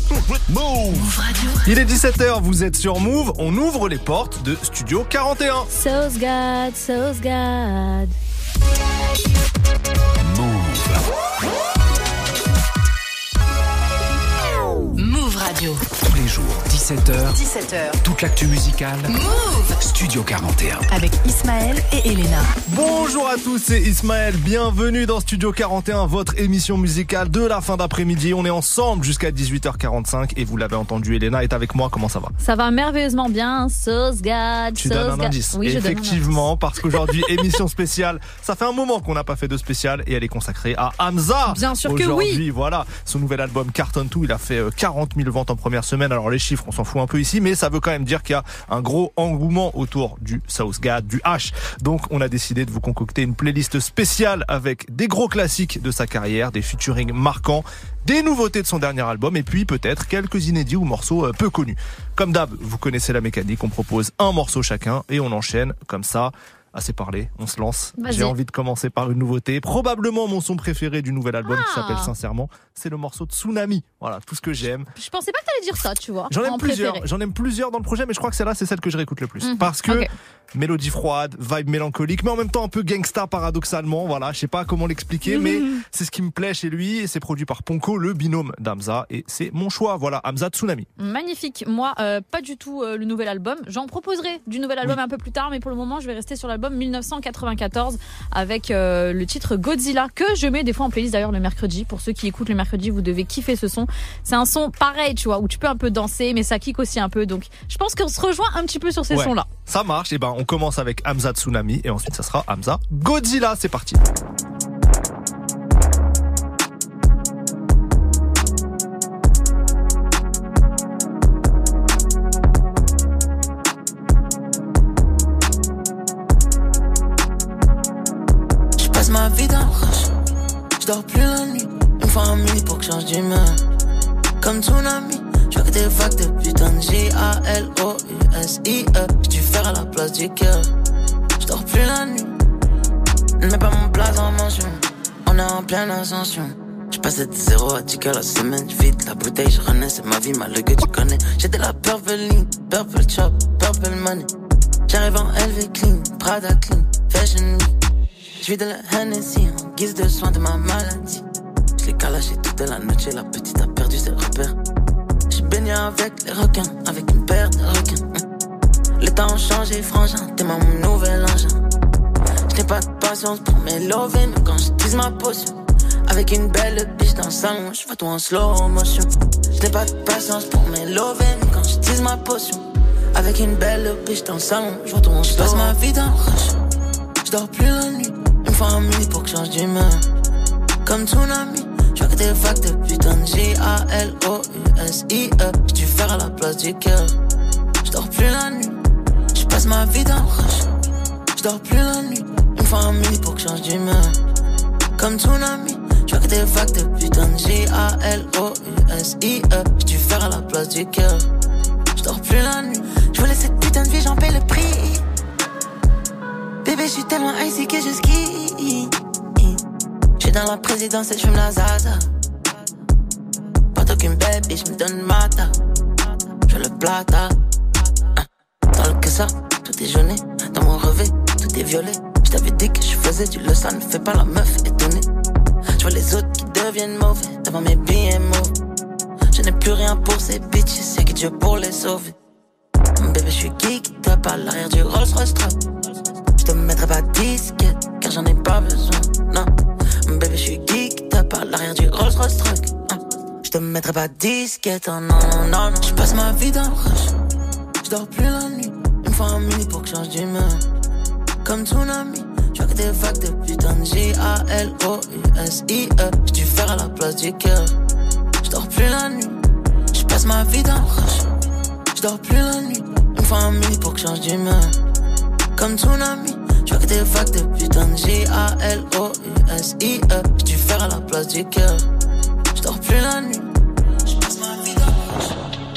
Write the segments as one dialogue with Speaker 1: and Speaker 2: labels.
Speaker 1: Move Radio. Il est 17h, vous êtes sur Move, on ouvre les portes de Studio 41.
Speaker 2: Sauce God.
Speaker 3: Move Radio.
Speaker 4: Tous les jours, 17h, toute l'actu musicale.
Speaker 3: Move
Speaker 4: Studio 41.
Speaker 3: avec Ismaël et Elena.
Speaker 1: Bonjour à tous, c'est Ismaël, bienvenue dans Studio 41, votre émission musicale de la fin d'après-midi. On est ensemble jusqu'à 18h45 et vous l'avez entendu, Elena est avec moi, comment ça va?
Speaker 2: Ça va merveilleusement bien, Sauce God.
Speaker 1: Tu donnes un indice.
Speaker 2: Oui,
Speaker 1: effectivement, parce qu'aujourd'hui, émission spéciale, ça fait un moment qu'on n'a pas fait de spécial et elle est consacrée à Hamza.
Speaker 2: Bien sûr que oui.
Speaker 1: Aujourd'hui, voilà, son nouvel album Carton 2, il a fait 40 000 ventes en première semaine. Alors les chiffres, on s'en fout un peu ici, mais ça veut quand même dire qu'il y a un gros engouement autour du Sauce God, du H. Donc on a décidé de vous concocter une playlist spéciale avec des gros classiques de sa carrière, des featuring marquants, des nouveautés de son dernier album et puis peut-être quelques inédits ou morceaux peu connus. Comme d'hab, vous connaissez la mécanique, on propose un morceau chacun et on enchaîne comme ça. Assez parlé, on se lance.
Speaker 2: Vas-y.
Speaker 1: J'ai envie de commencer par une nouveauté. Probablement mon son préféré du nouvel album qui s'appelle Sincèrement. C'est le morceau de Tsunami. Voilà, tout ce que j'aime.
Speaker 2: Je pensais pas que t'allais dire ça, tu vois.
Speaker 1: J'en aime
Speaker 2: en
Speaker 1: plusieurs.
Speaker 2: préféré.
Speaker 1: J'en aime plusieurs dans le projet, mais je crois que celle-là, c'est celle que je réécoute le plus. Parce que mélodie froide, vibe mélancolique, mais en même temps un peu gangsta paradoxalement. Voilà, je sais pas comment l'expliquer, mais c'est ce qui me plaît chez lui. Et c'est produit par Ponko, le binôme d'Hamza. Et c'est mon choix. Voilà, Hamza Tsunami.
Speaker 2: Magnifique. Moi, pas du tout le nouvel album. J'en proposerai du nouvel album un peu plus tard, mais pour le moment, je vais rester sur l'album 1994 avec le titre Godzilla que je mets des fois en playlist d'ailleurs le mercredi. Pour ceux qui écoutent le mercredi, vous devez kiffer ce son. C'est un son pareil, tu vois, où tu peux un peu danser, mais ça kick aussi un peu. Donc, je pense qu'on se rejoint un petit peu sur ces sons-là.
Speaker 1: Ça marche. Et ben, on commence avec Hamza Tsunami et ensuite ça sera Hamza Godzilla. C'est parti.
Speaker 5: Ma vie dans le rush, je dors plus la nuit. Une fois en minuit pour que je change d'humeur. Comme tsunami, je vois que des vagues de putain de J-A-L-O-U-S-I-E. J'dû faire à la place du cœur. Je dors plus la nuit, ne mets pas mon place en mention. On est en pleine ascension. Je passais de 0 à 10 k la semaine. Vite la bouteille, je renais, c'est ma vie, mal que tu connais. J'étais la purple ligne, purple chop, purple money. J'arrive en LV clean, Prada clean, fashion week. J'vis de la Hennessy en guise de soin de ma maladie. J'l'ai calaché toute la noche, la petite a perdu ses repères. J'suis baigné avec les requins, avec une paire de requins. Les temps ont changé, frangin, t'es mon nouvel engin. J'n'ai pas de patience pour mes lovés, mais quand j'utilise ma potion, avec une belle biche dans le salon, j'vois tout en slow motion. J'n'ai pas de patience pour mes lovés, mais quand j'utilise ma potion, avec une belle biche dans le salon, j'vois tout en slow. J'passe ma vie dans le rush, j'dors plus la nuit. Une fois en minuit pour que je change d'humeur. Comme tsunami, je vois que des vagues de putain de J-A-L-O-U-S-I-E. J'dû faire à la place du cœur. J'dors plus la nuit, j'passe ma vie dans le rush. J'dors plus la nuit, une fois en minuit pour que je change d'humeur. Comme tsunami, je vois que des vagues de putain de J-A-L-O-U-S-I-E. J'dû faire à la place du cœur. J'dors plus la nuit, j'voulais cette putain de vie, j'en paie le prix. Bébé, j'suis tellement icy que je skie. J'suis dans la présidence et j'fume la zaza. Pas d'aucune baby, j'me donne mata. J'veux le plata. Dans le que ça, tout est jauné. Dans mon revêt, tout est violet. J't'avais dit que je faisais du le, ça ne fait pas la meuf étonnée. J'vois les autres qui deviennent mauvais devant mes billets mauvais. Je n'ai plus rien pour ces bitches, c'est que Dieu pour les sauver. Bébé, j'suis geek, tape à l'arrière du Rolls Royce Trap. Je te mettrai pas disquette, car j'en ai pas besoin, non. Bébé, je suis geek, t'as pas l'arrière du Rolls Royce truck. Je te mettrai pas disquette, oh non, non, non. Je passe ma vie dans le rush, je dors plus la nuit. Une fois en minuit pour que je change d'humeur. Comme tsunami, je vois que des vagues de putain de J-A-L-O-U-S-I-E. J'dû faire à la place du cœur. Je dors plus la nuit, je passe ma vie dans le rush, je dors plus la nuit. Une fois en minuit pour que je change d'humeur. Comme tsunami, je vois que des vagues de putain de J-A-L-O-U-S-I-E. J'dû faire à la place du cœur. J'dors plus la nuit, j'passe ma vie dans le rush.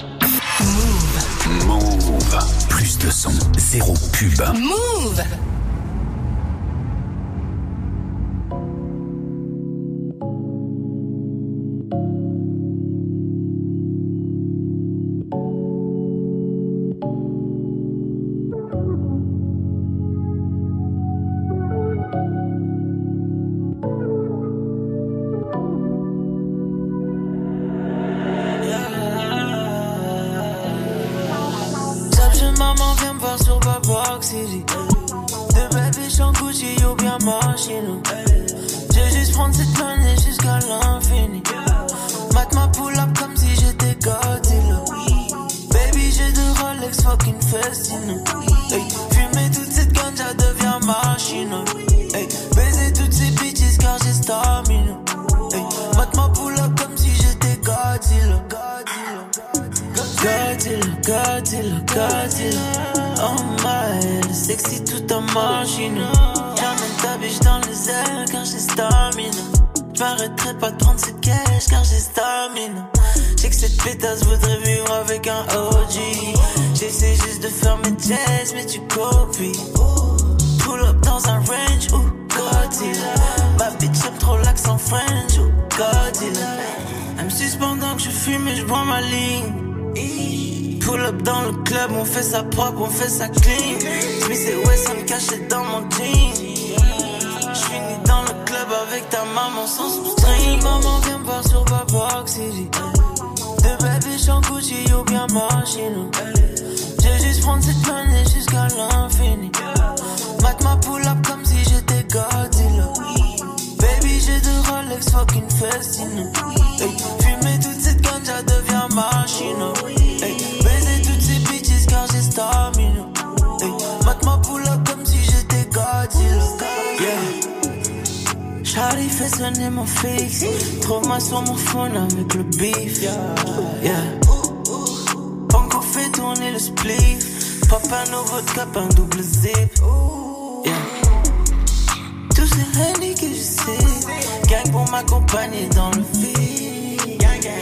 Speaker 4: Move. Plus de son, zéro pub.
Speaker 3: Move.
Speaker 5: festina. Hey, fumer toute cette ganja devient machine. Hey, baiser toutes ces bitches car j'ai stamina. Hey, mate ma pull up comme si j'étais Godzilla. Godzilla. Oh my, sexy toute ta machine. J'amène ta biche dans les airs car j'ai stamina. J'm'arrêterai pas de prendre ce cash car j'ai stamina. J'sais que cette pétasse voudrait vivre avec un OG. J'essaie juste de faire mes jazz mais tu copies. Pull up dans un range ou Godzilla. Ma bitch aime trop l'accent French ou Godzilla. Elle me suce pendant que je fume et je bois ma ligne. Pull up dans le club, on fait ça propre, on fait ça clean. Smith et Wesson cachés dans mon jean. J'finis dans le club avec ta maman sans string. Maman vient me voir sur Babak City. De bébé j'en Gucci ou bien machine. J'ai juste prendre cette monnaie jusqu'à l'infini. Mate ma pull up comme si j'étais Godzilla. Baby j'ai deux Rolex fucking festina. Hey, fumer toute cette ganja devient machine. Hey, baiser toutes ces bitches car j'ai stamina. Hey, mate ma pull up comme si j'étais Godzilla. Yeah. Charlie fait sonner mon fixe. Trouve-moi sur mon phone avec le beef. Yeah. Pongo fait tourner le spliff. Pop un nouveau cap, un double zip. Yeah. Tous ces henny que je sais. Gang pour m'accompagner dans le vide.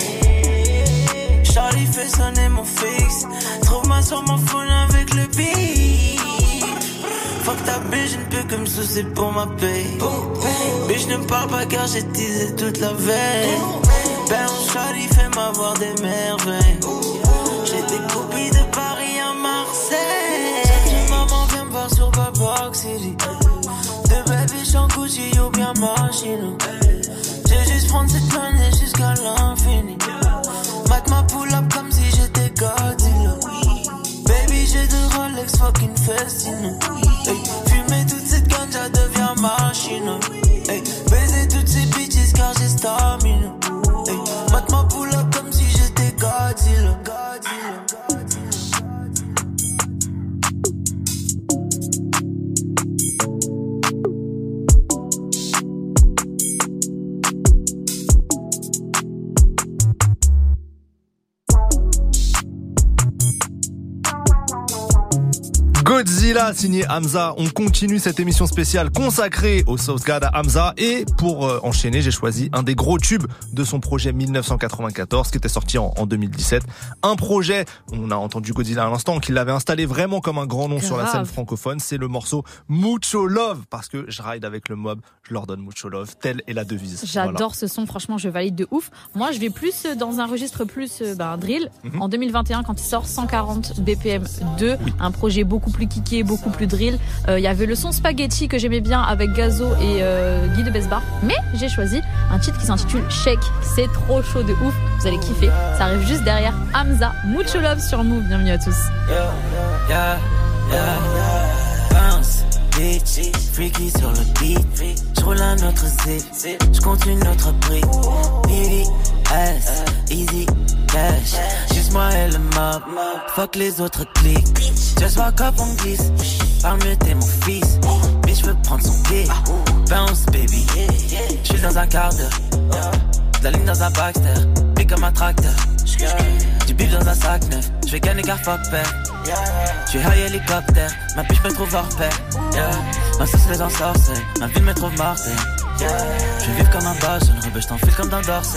Speaker 5: Charlie fait sonner mon fixe. Trouve-moi sur mon phone avec le beat. Fuck ta bitch, je ne peux que me soucier pour ma paye. Bitch ne me parle pas car j'ai teasé toute la veille. Ben Charlie fait m'avoir des merveilles. J'ai des copies de Paris à Marseille. Cette maman vient me voir sur Babak City. De bébé j'en Gucci ou bien machine. J'ai juste prendre cette monnaie jusqu'à l'infini. Mate ma pull up comme si j'étais Godzilla. Baby j'ai deux Rolex fucking festina. Hey, fumer toute cette ganja devient machine. Hey, baiser toutes ces bitches car j'ai stamina. Hey, mate ma pull up comme si j'étais Godzilla.
Speaker 1: Godzilla signé Hamza. On continue cette émission spéciale consacrée au Southgad à Hamza et pour enchaîner, j'ai choisi un des gros tubes de son projet 1994 qui était sorti en 2017. Un projet, on a entendu Godzilla à l'instant, qu'il l'avait installé vraiment comme un grand nom sur la scène francophone. C'est le morceau Mucho Love parce que je ride avec le mob, je leur donne Mucho Love. Telle est la devise.
Speaker 2: J'adore ce son, franchement, je valide de ouf. Moi, je vais plus dans un registre plus drill. En 2021, quand il sort 140 BPM 2, un projet beaucoup plus kické, beaucoup plus drill. Il y avait le son Spaghetti que j'aimais bien avec Gazo et Guy de Besbar. Mais j'ai choisi un titre qui s'intitule Shake. C'est trop chaud de ouf. Vous allez kiffer. Ça arrive juste derrière Hamza. Mucho Love sur Move. Bienvenue à tous.
Speaker 5: Bounce, bitch, freaky sur le beat. J'roule un autre zip, j'continue notre prix. Baby, ass, easy, cash. Juste moi et le mob, fuck les autres clics. Just walk up, on glisse. Parle mieux, t'es mon fils. Bitch, j'veux prendre son pied. Bounce, baby. J'suis dans un quart d'heure. De la ligne dans un Baxter. Big comme un tracteur. Du bif dans un sac neuf. J'vais gagner car fuck père. J'suis high hélicoptère. Ma bitch me trouve hors pair. Ma sauce les ensorcelle. Ma vie me trouve mortelle. J'vais vivre comme un boss. Je ne j't'enfile comme dans Dorsey.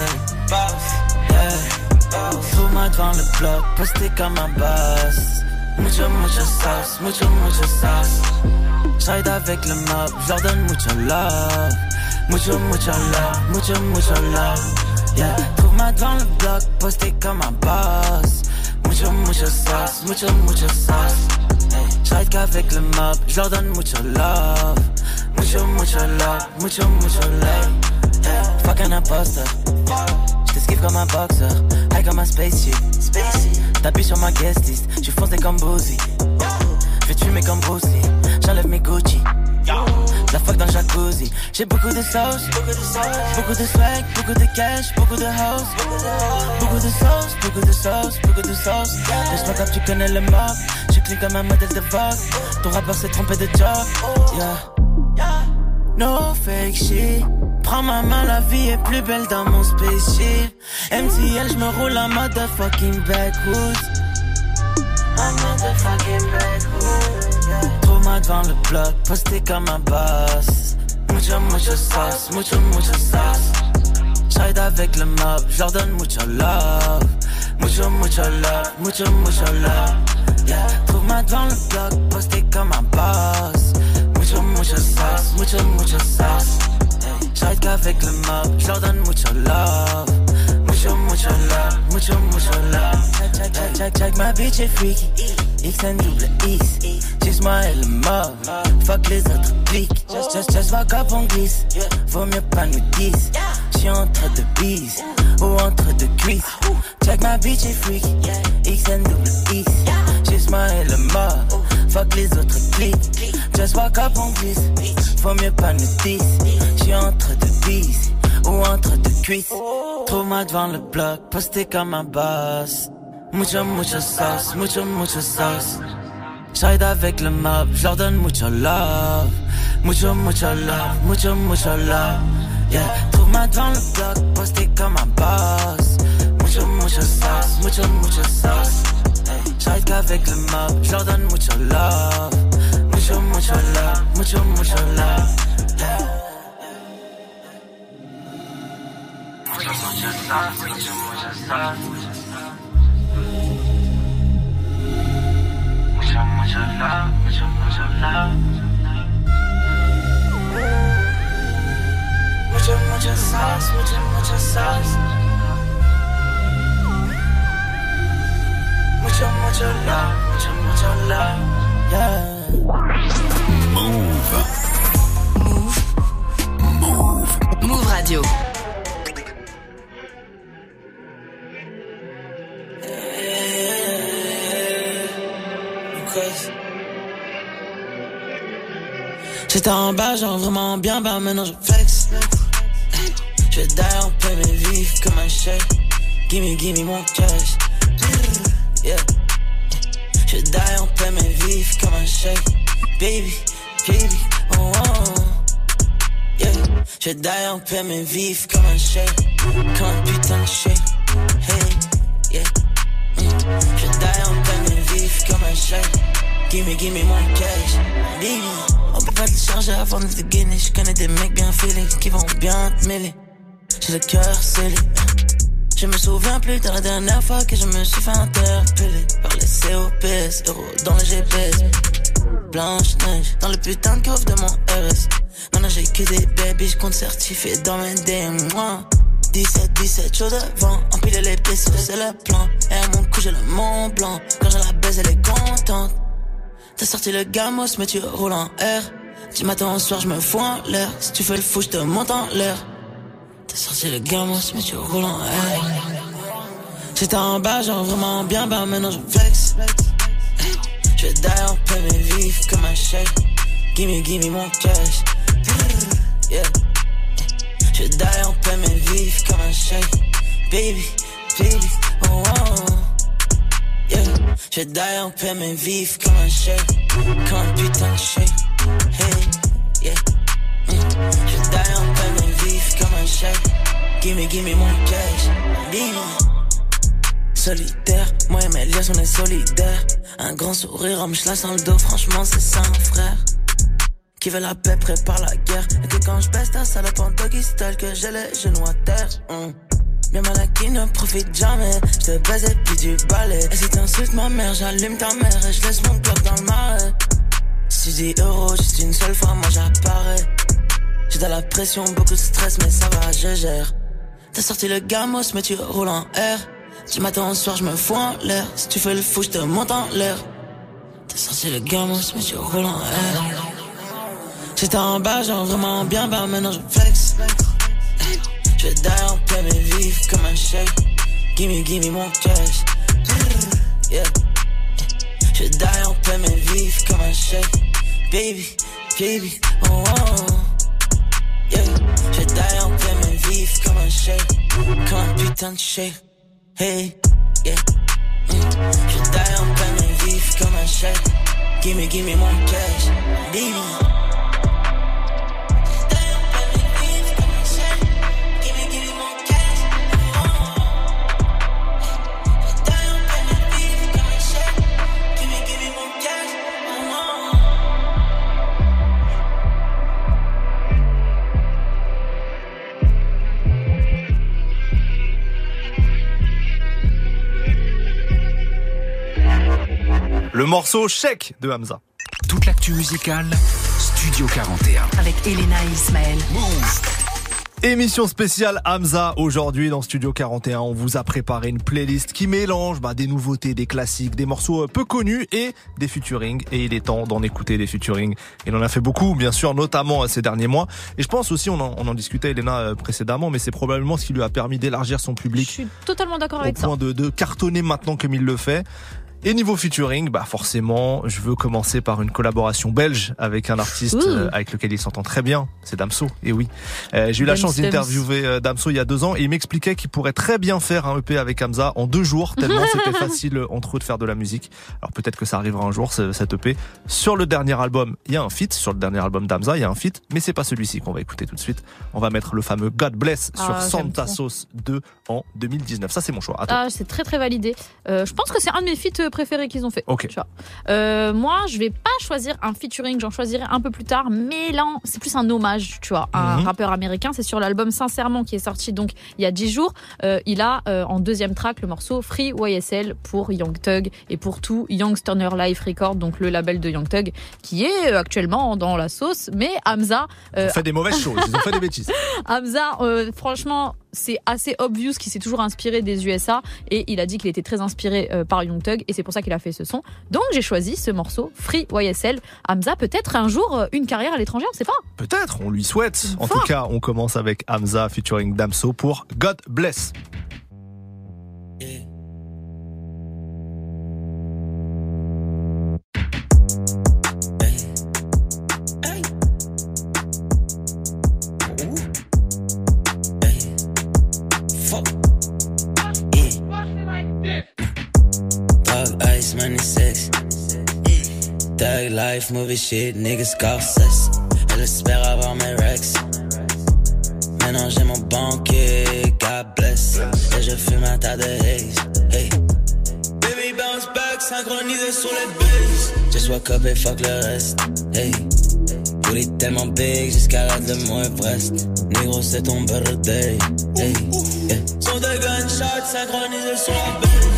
Speaker 5: Trouve-moi devant le bloc. Posté comme un boss. Mucho, mucho sauce, mucho, mucho sauce. J'ride avec le mob, j'leur donne mucho love. Mucho, mucho love, mucho, mucho love. Yeah, trouve-moi devant le bloc, posté comme un boss. Mucho, mucho sauce, mucho, mucho sauce. J'ride qu'avec le mob, j'leur donne mucho love. Mucho, mucho love, mucho, mucho love. Yeah, fuck un imposteur. J't'esquive comme un boxeur, high comme un spaceship. T'appuies sur ma guest list, j'suis foncé comme Boozy. J'vais te fumer comme Bruce Lee, j'enlève mes Gucci. La fuck dans le jacuzzi, j'ai beaucoup de sauce, beaucoup de swag, beaucoup de cash, beaucoup de house. Beaucoup de sauce, beaucoup de sauce, beaucoup de sauce. Laisse-moi comme tu connais le mob, j'suis clean comme un modèle de Vogue. Ton rappeur s'est trompé de job. Yeah. No fake shit. Prends ma main, la vie est plus belle dans mon spaceship. MTL, j'me roule en motherfucking backwoods. Un motherfucking backwoods, yeah. Trop devant le bloc, posté comme un boss. Mucho sauce, mucho sauce. J'ride avec le mob, j'leur donne mucho love. Mucho love, mucho love, yeah. Trouve-moi devant le bloc, posté comme un boss. Mucho sauce, mucho sauce. J'ride qu'avec le mob, j'leur donne mucho love. Mucho love, mucho love. Check, ma bitch est freaky. XN double X. Juste moi et le mob. Fuck les autres clics. Just fuck up, on glisse. Vaut mieux pas nous 10. J'suis entre deux bises ou entre deux cuisses. Check, ma bitch est freaky. XN double X. Juste moi et le mob. Fuck les autres clics. Just fuck up, on glisse. Vaut mieux pas nous 10. J'suis entre deux bises ou entre deux cuisses. Trouve-moi devant le bloc, posté comme un boss. Mucho sauce, mucho sauce. J'ride avec le mob, j'leur donne mucho love. Mucho love, mucho love. Yeah, trouve-moi devant le bloc, posté comme un boss. Mucho sauce, mucho sauce. J'ride qu'avec le mob, j'leur donne mucho love. Mucho love, mucho love. Yeah. Mucho sauce, mucho sauce. Mucho love, mucho love. Mucho sauce, mucho sauce. Mucho love, mucho love. Yeah.
Speaker 3: Move Radio.
Speaker 5: J'étais en bas, genre vraiment bien, bah maintenant je flex. Je vais d'ailleurs payer mes vifs comme un chèque. Gimme mon cash. Yeah. Je vais d'ailleurs payer mes vifs comme un chèque. Baby, oh oh. Yeah. Je vais d'ailleurs payer mes vifs comme un chèque. Comme un putain de chèque. Hey, yeah. Je vais d'ailleurs payer mes vifs comme un chèque. Gimme mon cash. Baby. On peut pas te charger avant de te gagner. Je connais des mecs bien filés qui vont bien te mêler. J'ai le cœur scellé. Je me souviens plus de la dernière fois que je me suis fait interpeller par les COPS, euros dans le GPS. Blanche-Neige dans le putain de coffre de mon RS. Maintenant j'ai que des babies, je compte certifier dans mes DM. 17, chaud devant, empiler les pièces, c'est le plan. Et à mon cou j'ai le Mont Blanc. Quand je la baise elle est contente. T'as sorti le gamos mais tu roules en R. Du matin au soir je me fous en l'air. Si tu fais le fou je te monte en l'air. T'as sorti le gamos mais tu roules en R. J'étais en bas genre vraiment bien, bah maintenant je flex. Je vais d'ailleurs payer mes vifs comme un chèque. Gimme mon cash. Yeah. Je vais d'ailleurs payer mes vifs comme un chèque. Baby, oh oh. Yeah. Je vais d'ailleurs payer mes vifs comme un chèque. Comme un putain de chèque. Hey, yeah. Je vais d'ailleurs payer mes vifs comme un chèque. Gimme mon cash. Baby. Solitaire, moi et mes liens on est solidaires. Un grand sourire, homme j'la dans le dos, franchement c'est ça un frère. Qui veut la paix prépare la guerre. Et que quand je baisse ta salope en doggy style, que j'ai les genoux à terre. Bien mal acquis ne profite jamais. Je te baise et puis du balai. Et si t'insultes ma mère, j'allume ta mère et je laisse mon bloc dans le marais. Si tu dis euro juste une seule fois, moi j'apparais. J'ai de la pression, beaucoup de stress, mais ça va, je gère. T'as sorti le gamos, mais tu roules en R. Du matin au soir, je me fous en l'air. Si tu fais le fou, je te monte en l'air. T'as sorti le gamos, mais tu roules en R. J'étais en bas, genre vraiment bien, bah maintenant je flex. Je vais d'ailleurs payer mes vifs comme un chèque. Gimme mon cash. Yeah. Je vais d'ailleurs payer mes vifs comme un chèque. Baby, oh oh. Yeah. Je vais d'ailleurs payer mes vifs comme un chèque. Comme un putain de chèque. Hey, yeah. Je vais d'ailleurs payer mes vifs vif comme un chèque. Gimme mon cash, baby.
Speaker 1: Le morceau Chèque de Hamza.
Speaker 4: Toute l'actu musicale, Studio 41.
Speaker 3: Avec Elena et Ismaël.
Speaker 4: Move.
Speaker 1: Émission spéciale Hamza aujourd'hui dans Studio 41. On vous a préparé une playlist qui mélange des nouveautés, des classiques, des morceaux peu connus et des featuring. Et il est temps d'en écouter des featuring. Et on en a fait beaucoup, bien sûr, notamment ces derniers mois. Et je pense aussi, on en discutait, Elena, précédemment, mais c'est probablement ce qui lui a permis d'élargir son public.
Speaker 2: Je suis totalement d'accord avec ça.
Speaker 1: Au point de cartonner maintenant comme il le fait. Et niveau featuring, forcément, je veux commencer par une collaboration belge avec un artiste avec lequel il s'entend très bien, c'est Damso. Et oui, j'ai eu la chance d'interviewer Damso il y a 2 ans et il m'expliquait qu'il pourrait très bien faire un EP avec Hamza en 2 jours, tellement c'était facile entre eux de faire de la musique. Alors peut-être que ça arrivera un jour, cet EP. Sur le dernier album, il y a un feat, sur le dernier album d'Hamza, il y a un feat, mais c'est pas celui-ci qu'on va écouter tout de suite. On va mettre le fameux God Bless sur Santa Sauce 2 en 2019. Ça c'est mon choix.
Speaker 2: C'est très très validé. Je pense que c'est un de mes feats préférés qu'ils ont fait.
Speaker 1: Ok.
Speaker 2: Tu vois. Moi, je vais pas choisir un featuring, j'en choisirai un peu plus tard, mais là, c'est plus un hommage, tu vois, à un rappeur américain. C'est sur l'album Sincèrement qui est sorti donc il y a 10 jours. Il a en deuxième track le morceau Free YSL pour Young Thug et pour tout Young Stoner Life Record, donc le label de Young Thug qui est actuellement dans la sauce. Mais Hamza
Speaker 1: ils ont fait des mauvaises choses, ils ont fait des bêtises.
Speaker 2: Hamza, franchement, c'est assez obvious qu'il s'est toujours inspiré des USA et il a dit qu'il était très inspiré par Young Thug et c'est pour ça qu'il a fait ce son. Donc j'ai choisi ce morceau Free YSL. Hamza, peut-être un jour une carrière à l'étranger, on sait pas.
Speaker 1: Peut-être, on lui souhaite. En tout cas, on commence avec Hamza featuring Damso pour God Bless.
Speaker 5: Money sex, Thug life, movie shit, niggas Scorsese. Elle espère avoir mes rex. Maintenant j'ai mon banquier, God bless. Et je fume un tas de haze. Hey. Baby bounce back, synchronisé sur les bases. Just woke up et fuck le reste. Hey. Booty tellement big, j'escalade le Mont Everest. Négro c'est ton birthday. Hey. Yeah. Son de gunshot, synchronisé sur la base.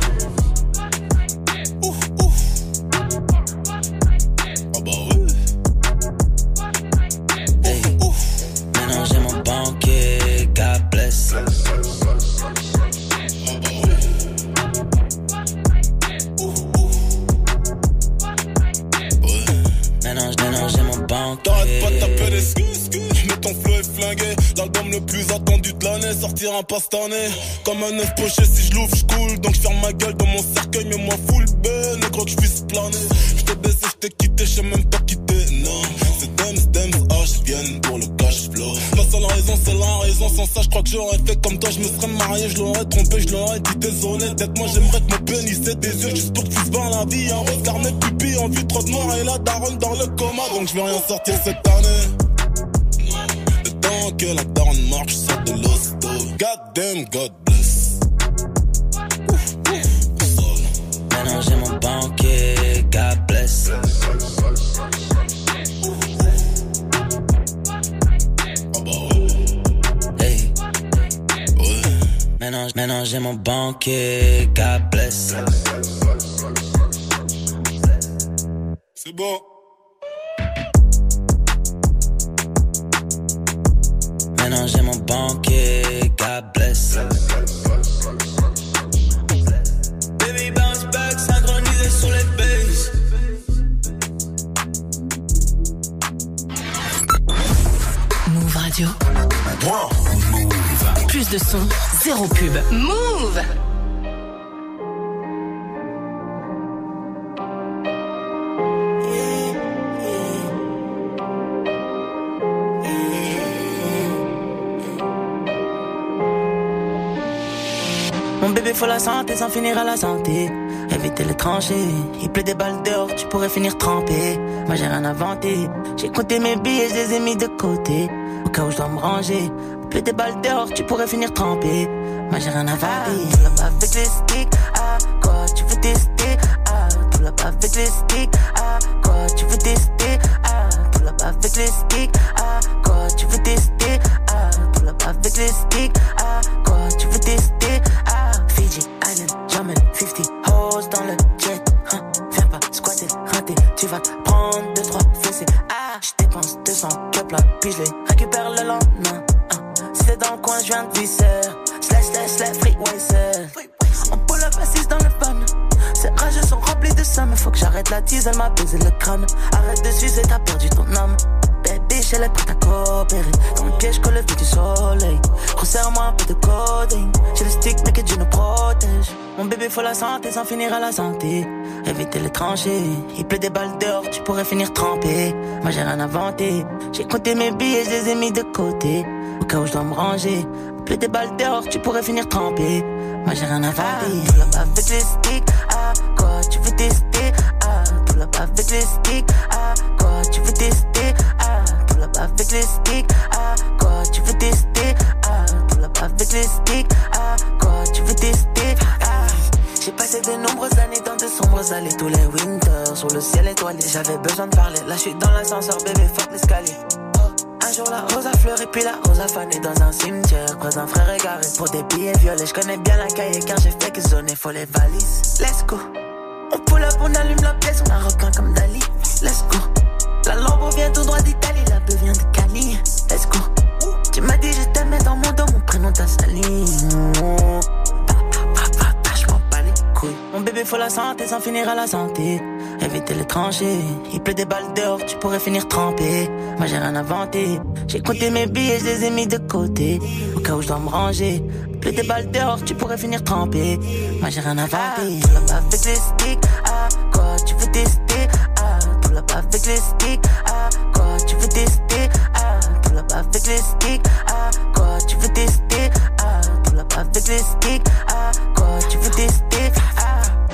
Speaker 6: T'arrêtes pas de taper des mais ton flow est flingué. L'album le plus attendu de l'année sortira pas cette année. Comme un œuf poché, si je l'ouvre, je coule. Donc je ferme ma gueule dans mon cercueil, mais moi full B, négro que je puisse planer. Je t'ai baisé, je t'ai quitté, je sais même pas quitter, non. C'est Dems, H, viennent pour le cash flow. La seule raison, c'est la raison. Sans ça, je crois que j'aurais fait comme toi. Je me serais marié, je l'aurais trompé, je l'aurais dit désolé. Peut-être moi, j'aimerais que mon pénis ait des yeux juste pour que tu se la vie. Un regard, mes pupilles, en vue trop de noir et la daronne dans le coma. Donc je vais rien sortir cette année. Le temps que la daronne marche, sort de l'hosto. God damn, God bless.
Speaker 5: Maintenant j'ai mon banquier, God bless. Hey. Maintenant j'ai mon banquier, God bless.
Speaker 6: C'est bon.
Speaker 5: Maintenant j'ai mon banquier, God bless. Baby bounce back, synchronisé sur les bases.
Speaker 3: Move Radio. Move. Plus de son, zéro pub. Move.
Speaker 5: Mon bébé faut la santé, sans finir à la santé. éviter les tranchées. Il pleut des balles dehors, tu pourrais finir trempé. Moi j'ai rien inventé, j'ai compté mes billets, je les ai mis de côté. Au cas où je dois me ranger. Il pleut des balles dehors, tu pourrais finir trempé. Moi j'ai rien inventé. Tout là-bas avec les sticks, ah, quoi tu veux tester, ah, tout là-bas avec les sticks, ah, quoi tu veux tester, ah, tout là-bas avec les sticks, ah, quoi tu veux tester, ah, tout là-bas avec les sticks, ah, quoi tu veux tester, ah, Fiji Island, German 50 hoes dans le jet, hein, viens pas squatter, rater, tu vas prendre 2-3 fessées, ah, je dépense 200 cups là, puis je les récupère le lendemain, hein, si t'es dans le coin, je viens de visser, slash, freeway, on pull up assise dans le pan. Ces rages sont remplis de ça, mais faut que j'arrête la tease, elle m'a baisé le crâne. Arrête de sucer, t'as perdu ton âme. Baby, elle est prête à coopérer. Dans le piège, colle le vide du soleil. Resserre-moi un peu de coding. J'ai le stick, mais que Dieu nous protège. Mon bébé, faut la santé, sans finir à la santé. Éviter les tranchées. Il pleut des balles dehors, tu pourrais finir trempé. Moi, j'ai rien inventé. J'ai compté mes billets, je les ai mis de côté. Au cas où je dois me ranger. Il pleut des balles dehors, tu pourrais finir trempé. Moi, j'ai rien inventé. Tout là-bas avec les sticks, ah, quoi tu veux tester, ah, tout là-bas avec les sticks, ah, quoi tu veux tester, ah, tout là-bas avec les sticks, ah, quoi tu veux tester, ah, tout là-bas avec les sticks, ah, quoi tu veux tester, ah. J'ai passé de nombreuses années dans de sombres allées, tous les winters, sur le ciel étoilé, j'avais besoin de parler, là je suis dans l'ascenseur, bébé, fuck l'escalier. Un jour la rose a fleuri, puis la rose a fané dans un cimetière. Croise un frère égaré pour des billets violets. Je connais bien la cahier car j'ai fait que zoner, faut les valises. Let's go. On pull up, on allume la pièce, on a repeint comme Dali. Let's go. La Lambo vient tout droit d'Italie, la beuh vient de Cali. Let's go. Tu m'as dit je t'aimais dans mon dos, mon prénom t'a sali. Je m'en bats les couilles. Mon bébé faut la santé sans finir à la santé. Éviter les tranchées. Il pleut des balles dehors, tu pourrais finir trempé. Moi j'ai rien inventé. J'ai compté mes billets, je les ai mis de côté. Au cas où je dois me ranger. Il pleut des balles dehors, tu pourrais finir trempé. Moi j'ai rien inventé. Tout là-bas avec les sticks, ah, quoi tu veux tester, ah, tout là-bas avec les sticks, ah, quoi tu veux tester, ah, tout là-bas avec les sticks, ah, quoi tu veux tester, ah, tout là-bas avec les sticks, ah, quoi tu veux tester, ah.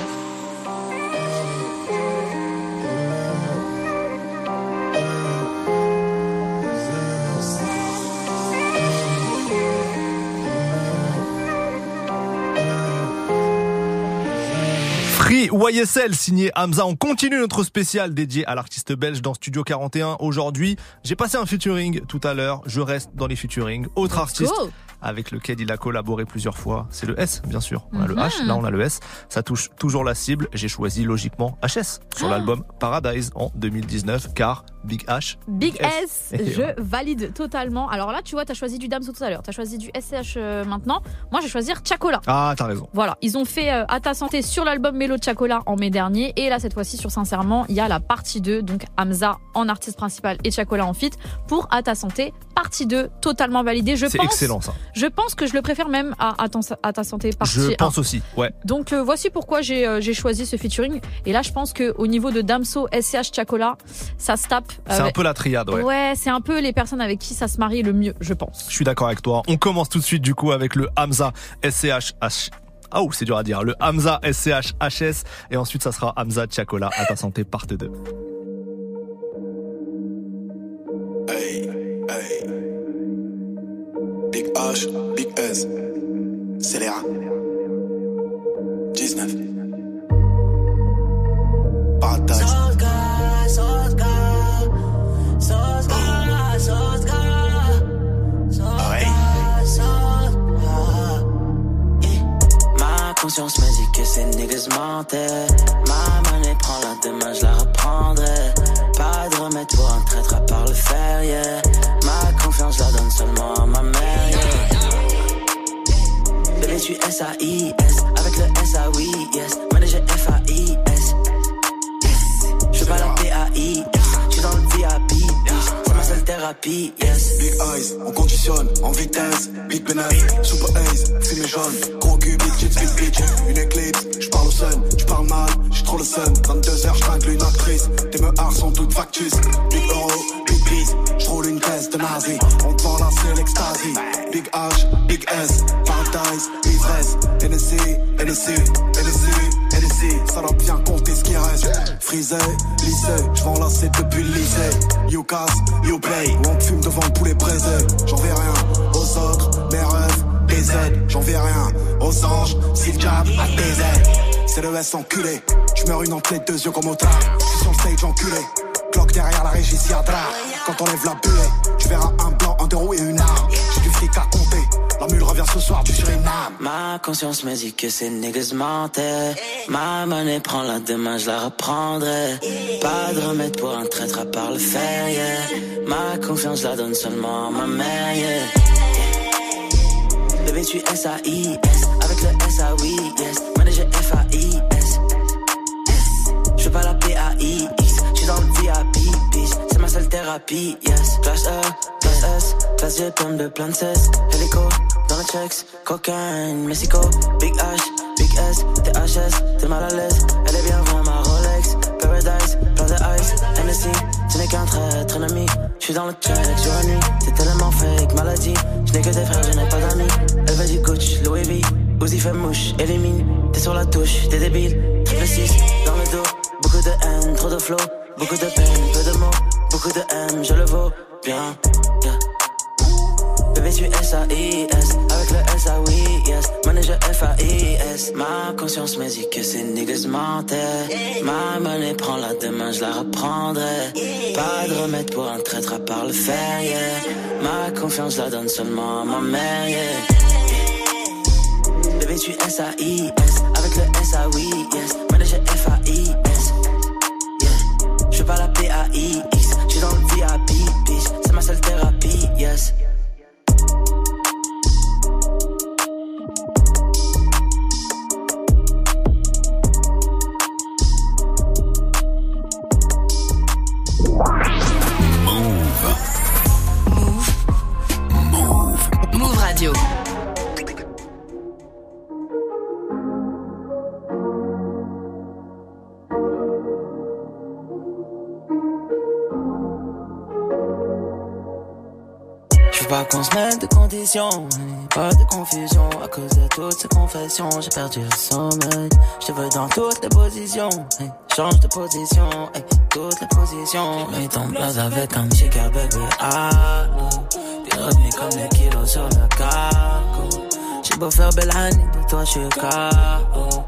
Speaker 1: Free YSL signé Hamza. On continue notre spécial dédié à l'artiste belge dans Studio 41. Aujourd'hui, j'ai passé un featuring tout à l'heure. Je reste dans les featuring. Autre artiste avec lequel il a collaboré plusieurs fois, c'est le S, bien sûr. On a le H, là on a le S. Ça touche toujours la cible. J'ai choisi logiquement HS sur l'album Paradise en 2019, car Big H,
Speaker 2: Big S, je valide totalement. Alors là, tu vois, t'as choisi du Damso tout à l'heure, t'as choisi du SCH maintenant. Moi, je vais choisir Chacola.
Speaker 1: Ah, t'as raison.
Speaker 2: Voilà, ils ont fait À ta santé sur l'album Mélo de Chacola en mai dernier. Et là, cette fois-ci, sur Sincèrement, il y a la partie 2. Donc Hamza en artiste principal et Chacola en feat pour À ta santé, partie 2, totalement validé.
Speaker 1: C'est excellent ça.
Speaker 2: Je pense que je le préfère même à ta santé, partie 1.
Speaker 1: Je pense aussi, ouais.
Speaker 2: Donc voici pourquoi j'ai choisi ce featuring. Et là, je pense qu'au niveau de Damso, SCH, Chacola, ça se tape.
Speaker 1: C'est un peu la triade, ouais.
Speaker 2: Ouais, c'est un peu les personnes avec qui ça se marie le mieux, je pense.
Speaker 1: Je suis d'accord avec toi. On commence tout de suite du coup avec le Hamza SCH Oh, c'est dur à dire. Le Hamza SCH HS et ensuite ça sera Hamza Chacola À ta santé part 2.
Speaker 6: Hey, hey. Big H, Big S. Scélérat. 19. Paradise.
Speaker 5: Ma conscience me dit que ces niggas mentaient. Ma monnaie prend la demain, je la reprendrai. Pas de remède pour un traître à part le fer, yeah. Ma confiance, je la donne seulement à ma mère, yeah. Bébé, je suis S-A-I-S. Avec le S-A-Oui, yes. Manager F-A-I-S. Je veux pas la P-A-I-S. Je suis dans le VIP, c'est ma seule thérapie, yes.
Speaker 6: Big eyes, on conditionne, en vitesse. Big pénal, super ace, fumée jaune. Gros cube, big bitch, une éclipse. J'parle au sun, j'parle mal, j'suis trop le sun. 22h, j'tringle une actrice. Tes meurs sont toutes factus. Big euro, big peace. J'roule une
Speaker 7: une caisse de nazi. On te vend là c'est l'ecstasy. Big H, Big S, Paradise, ivresse. NSC, NSC, NSC, NSC. Ça doit bien compter ce qui reste. Frisé, lycée, j'vends là c'est depuis le lycée. You casse, you play. Où on te fume devant le poulet braisé. J'en vais rien aux autres, mes rêves, des aides. J'en vais rien aux anges, si le jab à tes aides. C'est le S enculé. J'meurs une entrée, 2 yeux comme au tard. J'suis sur le stage enculé. Cloque derrière la régie, si y'a drap. Quand on lève la bulle, tu verras un blanc, un deux roues et une arme. J'ai du fric à compter. La mule revient ce soir du Suriname.
Speaker 5: Ma conscience me dit que ces niggas mentaient. Ma monnaie prend la demain, je la reprendrai. Pas de remède pour un traître à part le fer, yeah. Ma confiance la donne seulement à ma mère, yeah. Bébé, tu S-A-I-S. Avec le S-A-Oui, yes. Manager F-A-I-S. Je pas la P-A-I-X. J'suis dans le VIP, bitch. C'est ma seule thérapie, yes. Clash E, clash S. Clash G, pomme de plein de cesse. Hélico, dans le checks. Cocaine, Mexico. Big H, Big S. THS, t'es mal à l'aise. Elle est bien vraiment ma Rolex. Paradise, plein de ice. NSC, ce n'est qu'un traître ennemi. J'suis dans le check sur la nuit. C'est tellement fake, maladie. J'n'ai que des frères, je n'ai pas d'amis. Elle veut du Gucci, Louis V. Uzi fait mouche, élimine. T'es sur la touche, t'es débile. Triple 6, dans le dos. Beaucoup de haine, trop de flow. Beaucoup de peine, peu de mots. Beaucoup de M, je le vaux bien, yeah. Bébé, tu S-A-I-S. Avec le S-A-Oui, yes. Manager F-A-I-S. Ma conscience me dit que ces niggas mentaient. Ma monnaie prend la demain, je la reprendrai. Pas de remède pour un traître à part le fer, yeah. Ma confiance la donne seulement à ma mère, yeah. Bébé, tu S-A-I-S. Avec le S-A-Oui, yes. Manager F-A-I-S. J'fais pas la P-A-I-X. J'suis dans le VIP, bitch. C'est ma seule thérapie, yes.
Speaker 3: Move Radio.
Speaker 5: Pas qu'on se mette de conditions, pas de confusion. À cause de toutes ces confessions, j'ai perdu le sommeil. Je te veux dans toutes les positions, hey. Change de position, hey. Toutes les positions. J'ai mis ton place avec un chica baby, allô. T'es revenu comme les kilos sur le cargo. J'ai beau faire belle année, de toi j'suis KO.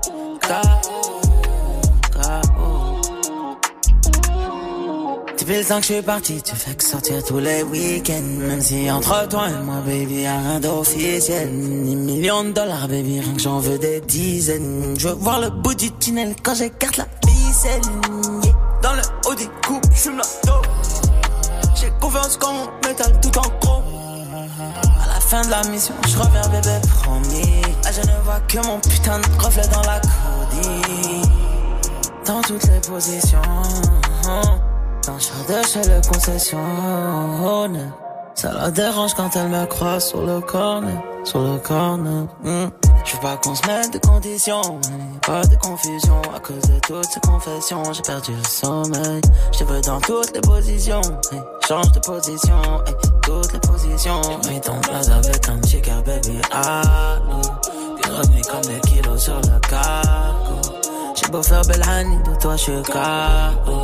Speaker 5: Depuis le temps que je suis parti, tu fais que sortir tous les week-ends. Même si entre toi et moi, baby, y'a rien d'officiel. Ni millions de dollars, baby, rien que j'en veux des dizaines. Je veux voir le bout du tunnel quand j'écarte la ficelle, yeah. Dans le haut des coups, j'fume la dope. J'ai confiance quand on m'étale tout en gros. À la fin de la mission, je reviens, bébé, promis. Là, je ne vois que mon putain de reflet dans la codie. Dans toutes les positions. Dans le char de chez le concessionnaire. Ça la dérange quand elle me croise sur le corner. Je veux pas qu'on se mette de conditions, pas de confusion. À cause de toutes ces confessions, j'ai perdu le sommeil. Je te veux dans toutes les positions, hey. Change de position, hey. Toutes les positions. J'ai mis ton place avec un chica baby, allô. T'es revenu comme des kilos sur le cargo. J'ai beau faire belle année, de toi j'suis KO.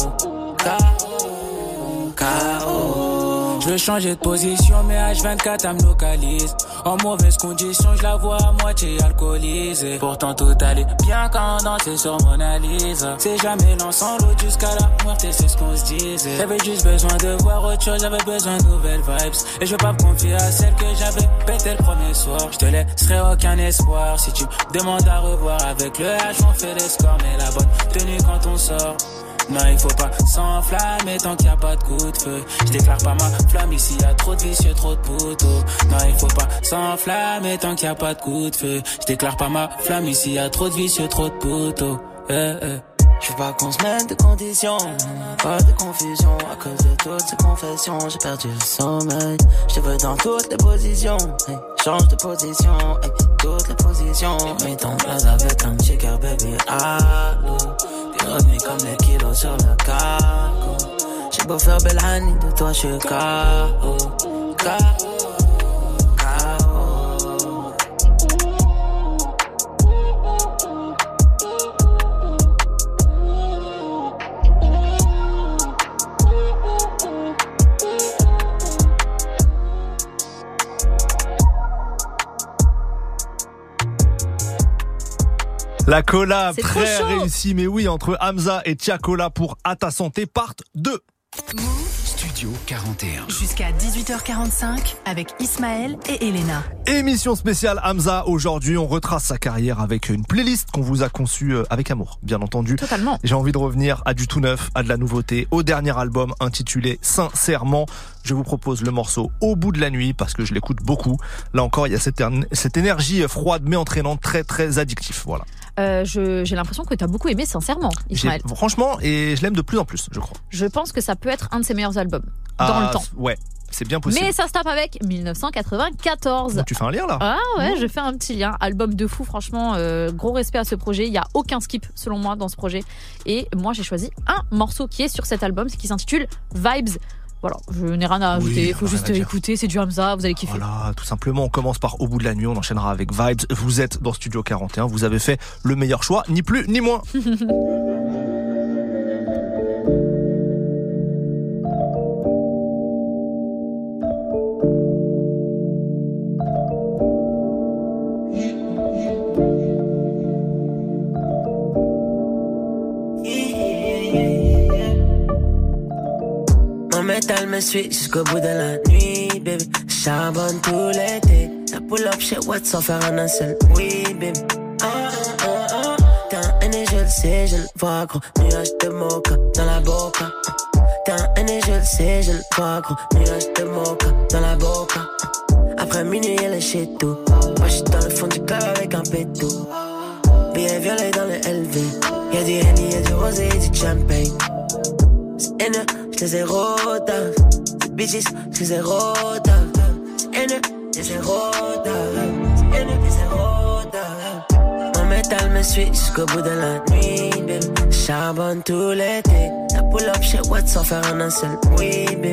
Speaker 8: Je veux changer de position, mais H24 elle me localise. En mauvaise condition, je la vois à moitié alcoolisée. Pourtant tout allait bien quand on dansait sur Mona Lisa. C'est jamais l'ensemble jusqu'à la mort, et c'est ce qu'on se disait. J'avais juste besoin de voir autre chose, j'avais besoin de nouvelles vibes. Et je veux pas me confier à celle que j'avais pété le premier soir. Je te laisserai aucun espoir si tu me demandes à revoir. Avec le H on fait les scores, mais la bonne tenue quand on sort. Non, il faut pas s'enflammer tant qu'il y a pas de coup de feu. Je déclare pas ma flamme, ici y a trop de vicieux, trop de poteaux. Non, il faut pas s'enflammer tant qu'il y a pas de coup de feu. Je déclare pas ma flamme, ici y a trop de vicieux, trop de poteaux.
Speaker 5: Je veux pas qu'on se mette de conditions, pas de confusion. À cause de toutes ces confessions, j'ai perdu le sommeil. Je te veux dans toutes les positions, hey. Change de position, hey. Toutes les positions. J'ai mis ton place avec un chica baby, allô. T'es revenu comme des kilos sur le cargo. J'ai beau faire belle Annie, de toi je suis KO.
Speaker 1: La collab
Speaker 2: C'est
Speaker 1: très
Speaker 2: trop chaud.
Speaker 1: réussie, mais oui, entre Hamza et Tiakola pour À ta santé, part 2.
Speaker 4: Studio 41.
Speaker 3: Jusqu'à 18h45 avec Ismaël et Elena.
Speaker 1: Émission spéciale Hamza. Aujourd'hui, on retrace sa carrière avec une playlist qu'on vous a conçue avec amour, bien entendu.
Speaker 2: Totalement.
Speaker 1: J'ai envie de revenir à du tout neuf, à de la nouveauté, au dernier album intitulé Sincèrement. Je vous propose le morceau Au bout de la nuit parce que je l'écoute beaucoup. Là encore, il y a cette énergie froide mais entraînante, très très addictif. Voilà.
Speaker 2: J'ai l'impression que tu as beaucoup aimé Sincèrement, Ismaël.
Speaker 1: Franchement, et je l'aime de plus en plus, je crois.
Speaker 2: Je pense que ça peut être un de ses meilleurs albums dans le temps.
Speaker 1: Ouais, c'est bien possible.
Speaker 2: Mais ça se tape avec 1994.
Speaker 1: Donc, tu fais un lien là.
Speaker 2: Ah ouais, je fais un petit lien. Album de fou, franchement, gros respect à ce projet. Il n'y a aucun skip selon moi dans ce projet. Et moi j'ai choisi un morceau qui est sur cet album, qui s'intitule Vibes. Voilà, je n'ai rien à ajouter, il faut juste écouter, c'est du Hamza, vous allez kiffer.
Speaker 1: Voilà, tout simplement, on commence par Au bout de la nuit, on enchaînera avec Vibes. Vous êtes dans Studio 41, vous avez fait le meilleur choix, ni plus ni moins.
Speaker 5: Elle me suit jusqu'au bout de la nuit, baby. Charbonne tout l'été. La pull up chez Watt sans faire un seul. Oui, baby. T'es un haine et je le sais, je le vois, gros. Nuage de mocha dans la boca. T'es un haine et je le sais, je le vois, gros. Nuage de mocha dans la boca. Après minuit, elle est chez tout. Moi, j'suis dans le fond du club avec un pétou. Billet violet dans le LV. Y'a du Henny, y'a du rosé et du champagne. C'est haineux, j'les ai rodave. C'est bitches, j'les ai rodave. C'est haineux, j'les ai rodave. C'est haineux, j'les ai rodave. Mon métal me suit jusqu'au bout de la nuit, baby. Charbonne tout l'été. La pull up chez Watt sans faire un seul. Oui, baby.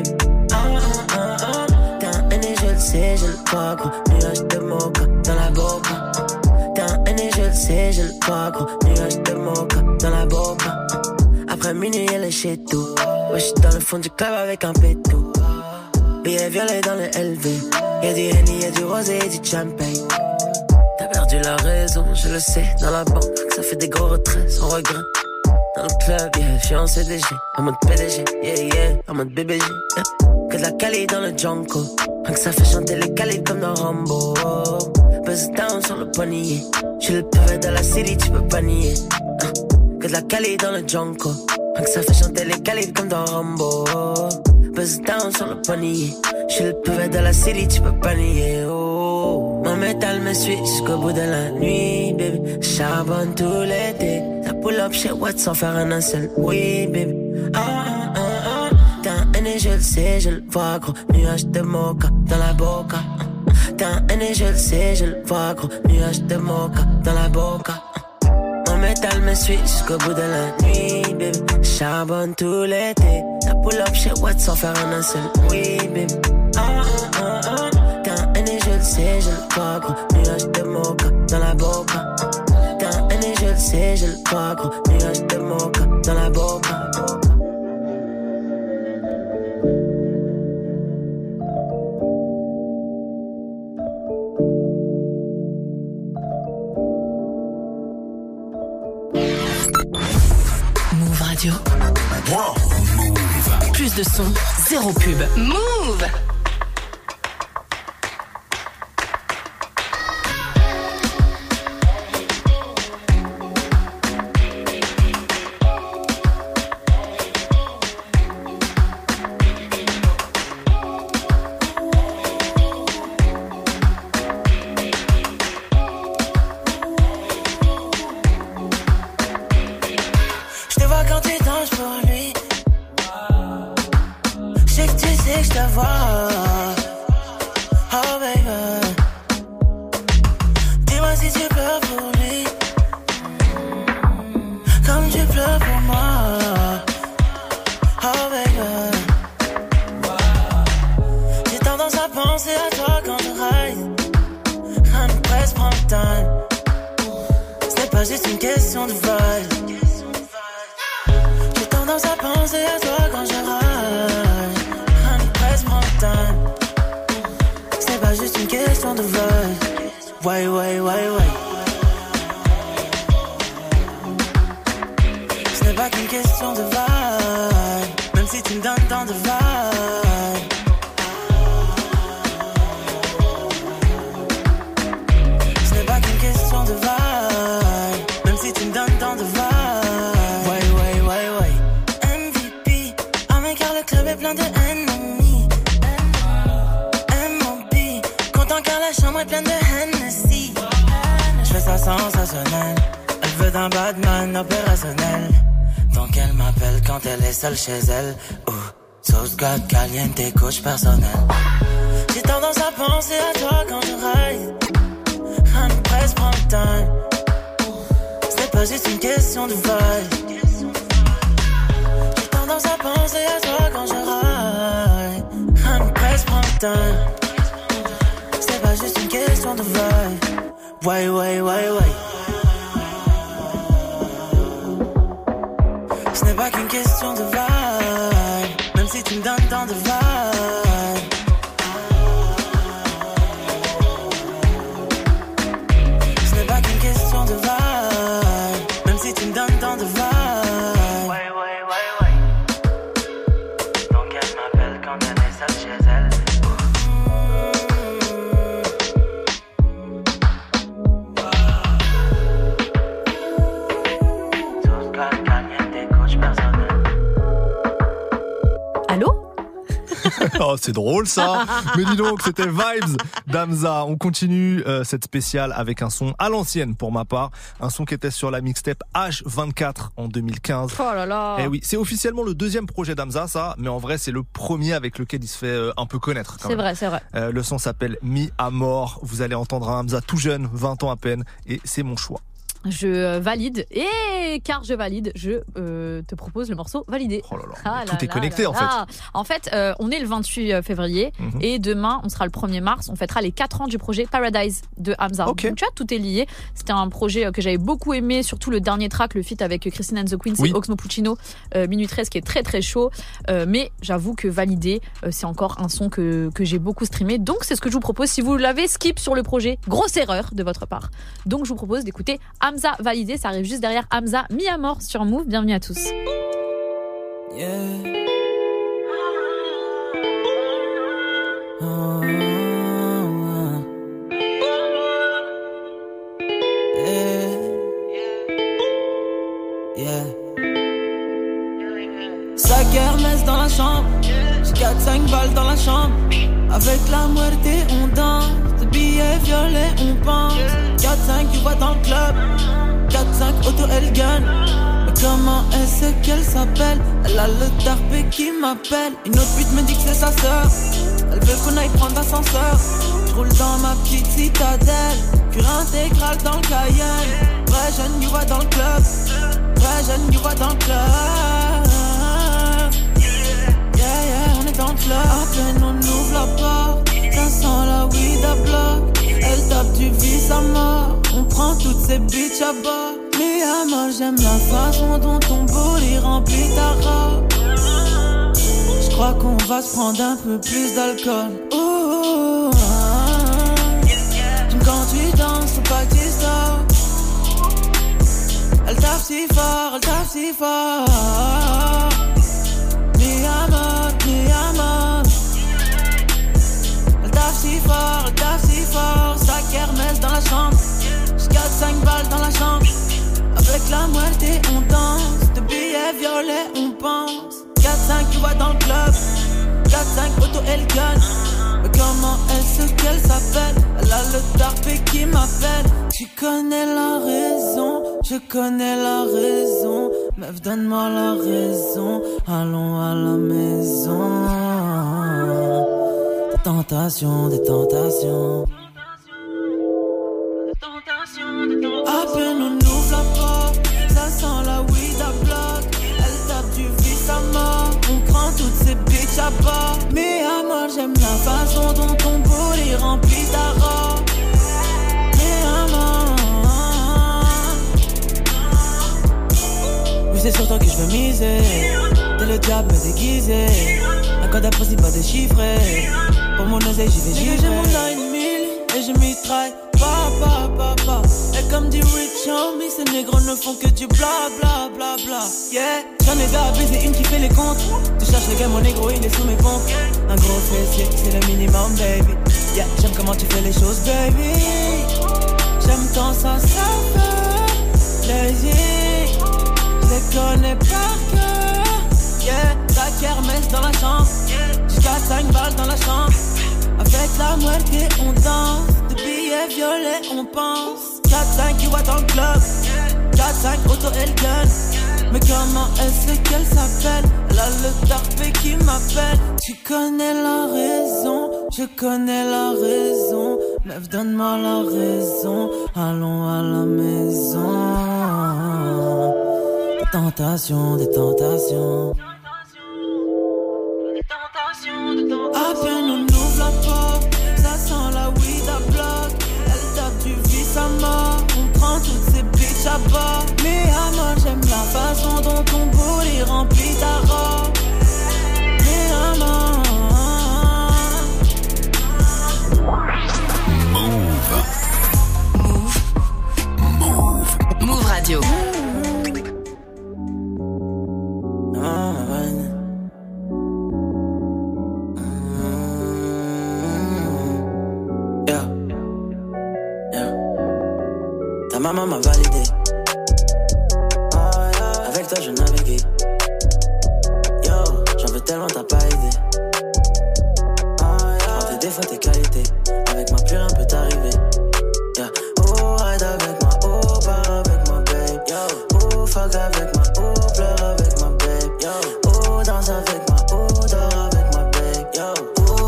Speaker 5: T'es un haine et je le sais, je le vois, gros. Nuage de mocha dans la boca. T'es un haine et je le sais, je le vois, gros. Nuage de mocha dans la boca. Après minuit, elle est chez tout. Moi, j'suis dans le fond du club avec un pétou. Billet violet dans le LV. Y'a du Henny, y'a du rosé et du champagne. T'as perdu la raison, je le sais. Dans la banque, ça fait des gros retraits sans regret. Dans le club, yeah, j'suis en CDG. En mode PDG, yeah, yeah. En mode BBG, yeah. Que de la Cali dans le Junko. Rien que ça fait chanter les Cali comme dans Rambo. Buzz down sur le poignet. J'suis le pavé de la city, tu peux pas nier. Que de la Cali dans le Junko. Rien que ça fait chanter les calibres comme dans Rambo. Buzz down sur le poignet. J'suis le pavé de la city, tu peux pas nier. Oh. Mon métal me suit jusqu'au bout de la nuit, baby. Charbonne tout l'été. La pull up chez Watt sans faire un seul. Oui, baby. T'es un haine et je le sais, je le vois, gros. Nuage de mocha dans la boca. T'es un haine et je le sais, je le vois, gros. Nuage de mocha dans la boca. Mon métal me suit jusqu'au bout de la nuit, baby. Charbonne tout l'été. La pull up chez Watt sans faire un seul. Oui, baby. T'es un haine et je le sais, je le vois, gros. Nuage de mocha dans la boca. T'es un haine et je le sais, je le vois, gros. Nuage de mocha dans la boca.
Speaker 3: Move Radio. Plus de son, zéro pub. Move.
Speaker 5: Je te vois pas juste une question de vibe. J'ai tendance à penser à toi quand je ride. Honey, presse-moi le time. C'est pas juste une question de vibe. Ouais. Ce n'est pas qu'une question de vibe. Même si tu me donnes tant de vibe. Ce n'est pas qu'une question de vibe. Même si tu me donnes tant de vibe. Ouais. MVP, oh mais car le club est plein de ennemis. M.O.B, content car la chambre est pleine de Hennessy. Je fais ça sensationnel. Elle veut d'un Batman opérationnel. Donc elle m'appelle quand elle est seule chez elle. Sauce God, caliente, coach personnel. J'ai tendance à penser à toi quand je ride. Honey, presse, prends le time. C'est pas juste une question de vibe. J'ai tendance à penser à toi quand je ride. Honey, presse, prends le time. C'est pas juste une question de vibe. Ouais. Ce n'est pas qu'une question de vibe. Même si tu me donnes tant de vibe. Ce n'est pas qu'une question de vibe. Même si tu me donnes tant de vibe. Ouais. Donc elle m'appelle quand elle est seule chez elle.
Speaker 2: Allô?
Speaker 1: Oh, c'est drôle ça. Mais dis donc, c'était Vibes d'Amza. On continue cette spéciale avec un son à l'ancienne pour ma part, un son qui était sur la mixtape H24 en 2015.
Speaker 2: Oh là là.
Speaker 1: Et oui, c'est officiellement le deuxième projet d'Amza, ça, mais en vrai c'est le premier avec lequel il se fait un peu connaître.
Speaker 2: C'est vrai.
Speaker 1: Le son s'appelle Mi Amor. Vous allez entendre un Amza tout jeune, 20 ans à peine, et c'est mon choix.
Speaker 2: Je valide, et car je valide, je te propose le morceau validé.
Speaker 1: Oh là là, tout est connecté en fait.
Speaker 2: En fait, on est le 28 février et demain, on sera le 1er mars, on fêtera les 4 ans du projet Paradise de Hamza.
Speaker 1: Okay.
Speaker 2: Donc tu vois, tout est lié. C'était un projet que j'avais beaucoup aimé, surtout le dernier track, le feat avec Christine and the Queens et Oxmo Puccino, Minuit 13, qui est très très chaud. Mais j'avoue que validé, c'est encore un son que j'ai beaucoup streamé. Donc c'est ce que je vous propose. Si vous l'avez skip sur le projet, grosse erreur de votre part. Donc je vous propose d'écouter Hamza validé, ça arrive juste derrière Hamza Mi Amor sur Move. Bienvenue à tous.
Speaker 5: Yeah. Sac Hermès dans la chambre, j'ai 4-5 balles dans la chambre. Avec la muerte on danse, de billets violets on pense. 4-5 tu vois dans le club, 4-5 auto elle gagne. Mais comment est-ce qu'elle s'appelle? Elle a le tarpé qui m'appelle. Une autre pute me dit que c'est sa sœur. Elle veut qu'on aille prendre l'ascenseur. J'roule dans ma petite citadelle, cure intégrale dans le Cayenne. Vrai jeune you vois dans le club, vrai jeune you vois dans le club. Yeah, on est dans le club. À peine on ouvre la porte, ça sent la weed à bloc. Elle tape du vice à mort, on prend toutes ces bitches à bord. Mais à moi j'aime la façon dont ton body remplit ta robe. J'crois qu'on va se prendre un peu plus d'alcool. Ouh, j'aime quand tu danses, faut pas que tu stoppes. Elle tape si fort, elle tape si fort. Mi amor. Elle tape si fort, sac Hermès dans la chambre. J'ai 4-5 balles dans la chambre. Avec la moitié on danse, de billets violets on pense. 4-5 tu vois dans le club, 4-5 auto elle gagne. Mais comment est-ce qu'elle s'appelle? Elle a le tarpé qui m'appelle. Tu connais la raison, je connais la raison. Meuf donne-moi la raison, allons à la maison. Des tentations. À peine on ouvre la porte, ça sent la weed à bloc. Elle tape du vice à mort, on prend toutes ces bitches à bord. Mais à moi j'aime la façon dont ton body remplit ta robe. Mais à moi,
Speaker 9: c'est sur toi que je veux miser. T'es le diable déguisé. Un code impossible pas déchiffré. Pour mon oseille j'y vais givrer. J'ai mon 9000 et je mitraille. Pa. Et comme dit Rich Homie, ces négros ne font que du bla bla bla bla. Yeah, j'en ai déjà baisé une qui fait les comptes. Tu cherches le gars, mon négro il est sous mes pompes. Un gros fessier, c'est le minimum baby. Yeah, j'aime comment tu fais les choses baby. J'aime quand ça fait plaisir. Je les connais par cœur. Yeah, ta kermesse dans la chambre. Jusqu'à 5 balles dans la chambre. Avec la moitié on danse. De billets violets on pense. 4-5 qui voit dans le club. 4-5 auto et le gun. Mais comment est-ce qu'elle s'appelle? Elle a le tarpé qui m'appelle. Tu connais la raison, je connais la raison. Meuf donne-moi la raison. Allons à la maison. Des tentations, des tentations. À peine on ouvre la porte, ça sent la weed à bloc. Elle tape du vice à mort, on prend toutes ces bitches à bord. Mais à moi j'aime la façon dont ton booty remplit ta robe. Mais à moi
Speaker 3: Move Radio.
Speaker 9: Maman m'a validé. Avec toi je navigue. Yo, j'en veux tellement t'as pas idée. Prends tes défauts, tes qualités. Avec moi plus rien peut t'arriver. Yeah. Oh, ride avec moi, oh, pars avec moi, babe. Yo, oh, fuck avec moi, oh, pleure avec moi, babe. Yo, oh, danse avec moi, oh, dors avec moi, babe. Yo,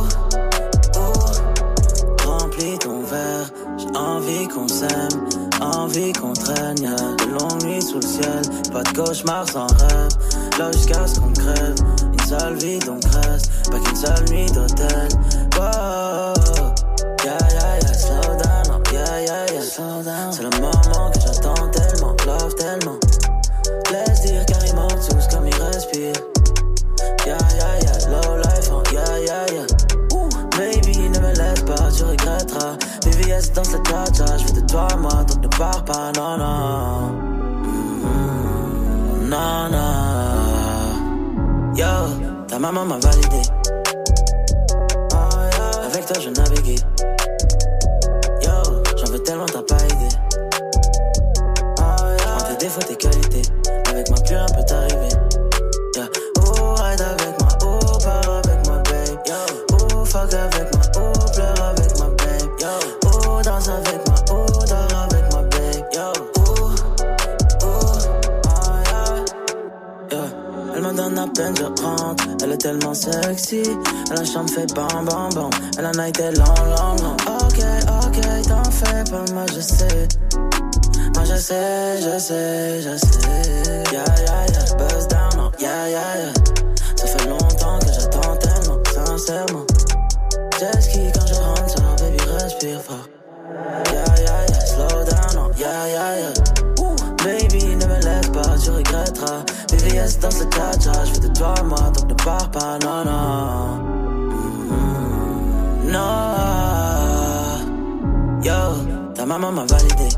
Speaker 9: oh, remplis ton verre. J'ai envie qu'on s'aime. Envie qu'on traîne, y'a de longues nuits sous le ciel. Pas de cauchemar sans rêve, là jusqu'à ce qu'on crève. Une seule vie donc reste, pas qu'une seule nuit d'hôtel. Wow, yeah, slow down, oh, yeah, slow down. C'est le moment que j'attends tellement, love tellement. Laisse dire carrément tous comme il respire. Yeah, low life, oh, yeah. Baby, ne me laisse pas, tu regretteras. VVS dans cette cha-cha, je veux de toi, moi, donc ne pars pas, non. Non. Yo, ta maman m'a validé. Avec toi, je navigue. Yo, j'en veux tellement, t'as pas idée. Prends tes défauts, tes qualités. Avec moi, plus rien peut t'arriver. Yeah. Oh, ride avec moi, oh, pars avec moi, babe. Yo, oh, fuck avec moi, oh, pleure avec moi, babe. Yo, oh, danse avec moi, oh, dors avec moi, babe. Yo, yeah. Elle me donne à peine, je rentre. Elle est tellement sexy. Elle a chambre fait bam. Elle en a été long. Ok, t'en fais pas, moi je sais. Je sais. Yeah. Buzz down, oh, yeah. Ça fait longtemps que j'attends tellement, sincèrement. Jet ski quand je rentre sur un baby, respire fort. Yeah, slow down, oh, yeah. Baby, ne me laisse pas, tu regretteras. VVS dans ce cha-cha, je veux de toi, moi, donc ne pars pas, non. Non. Yo, ta maman m'a validé.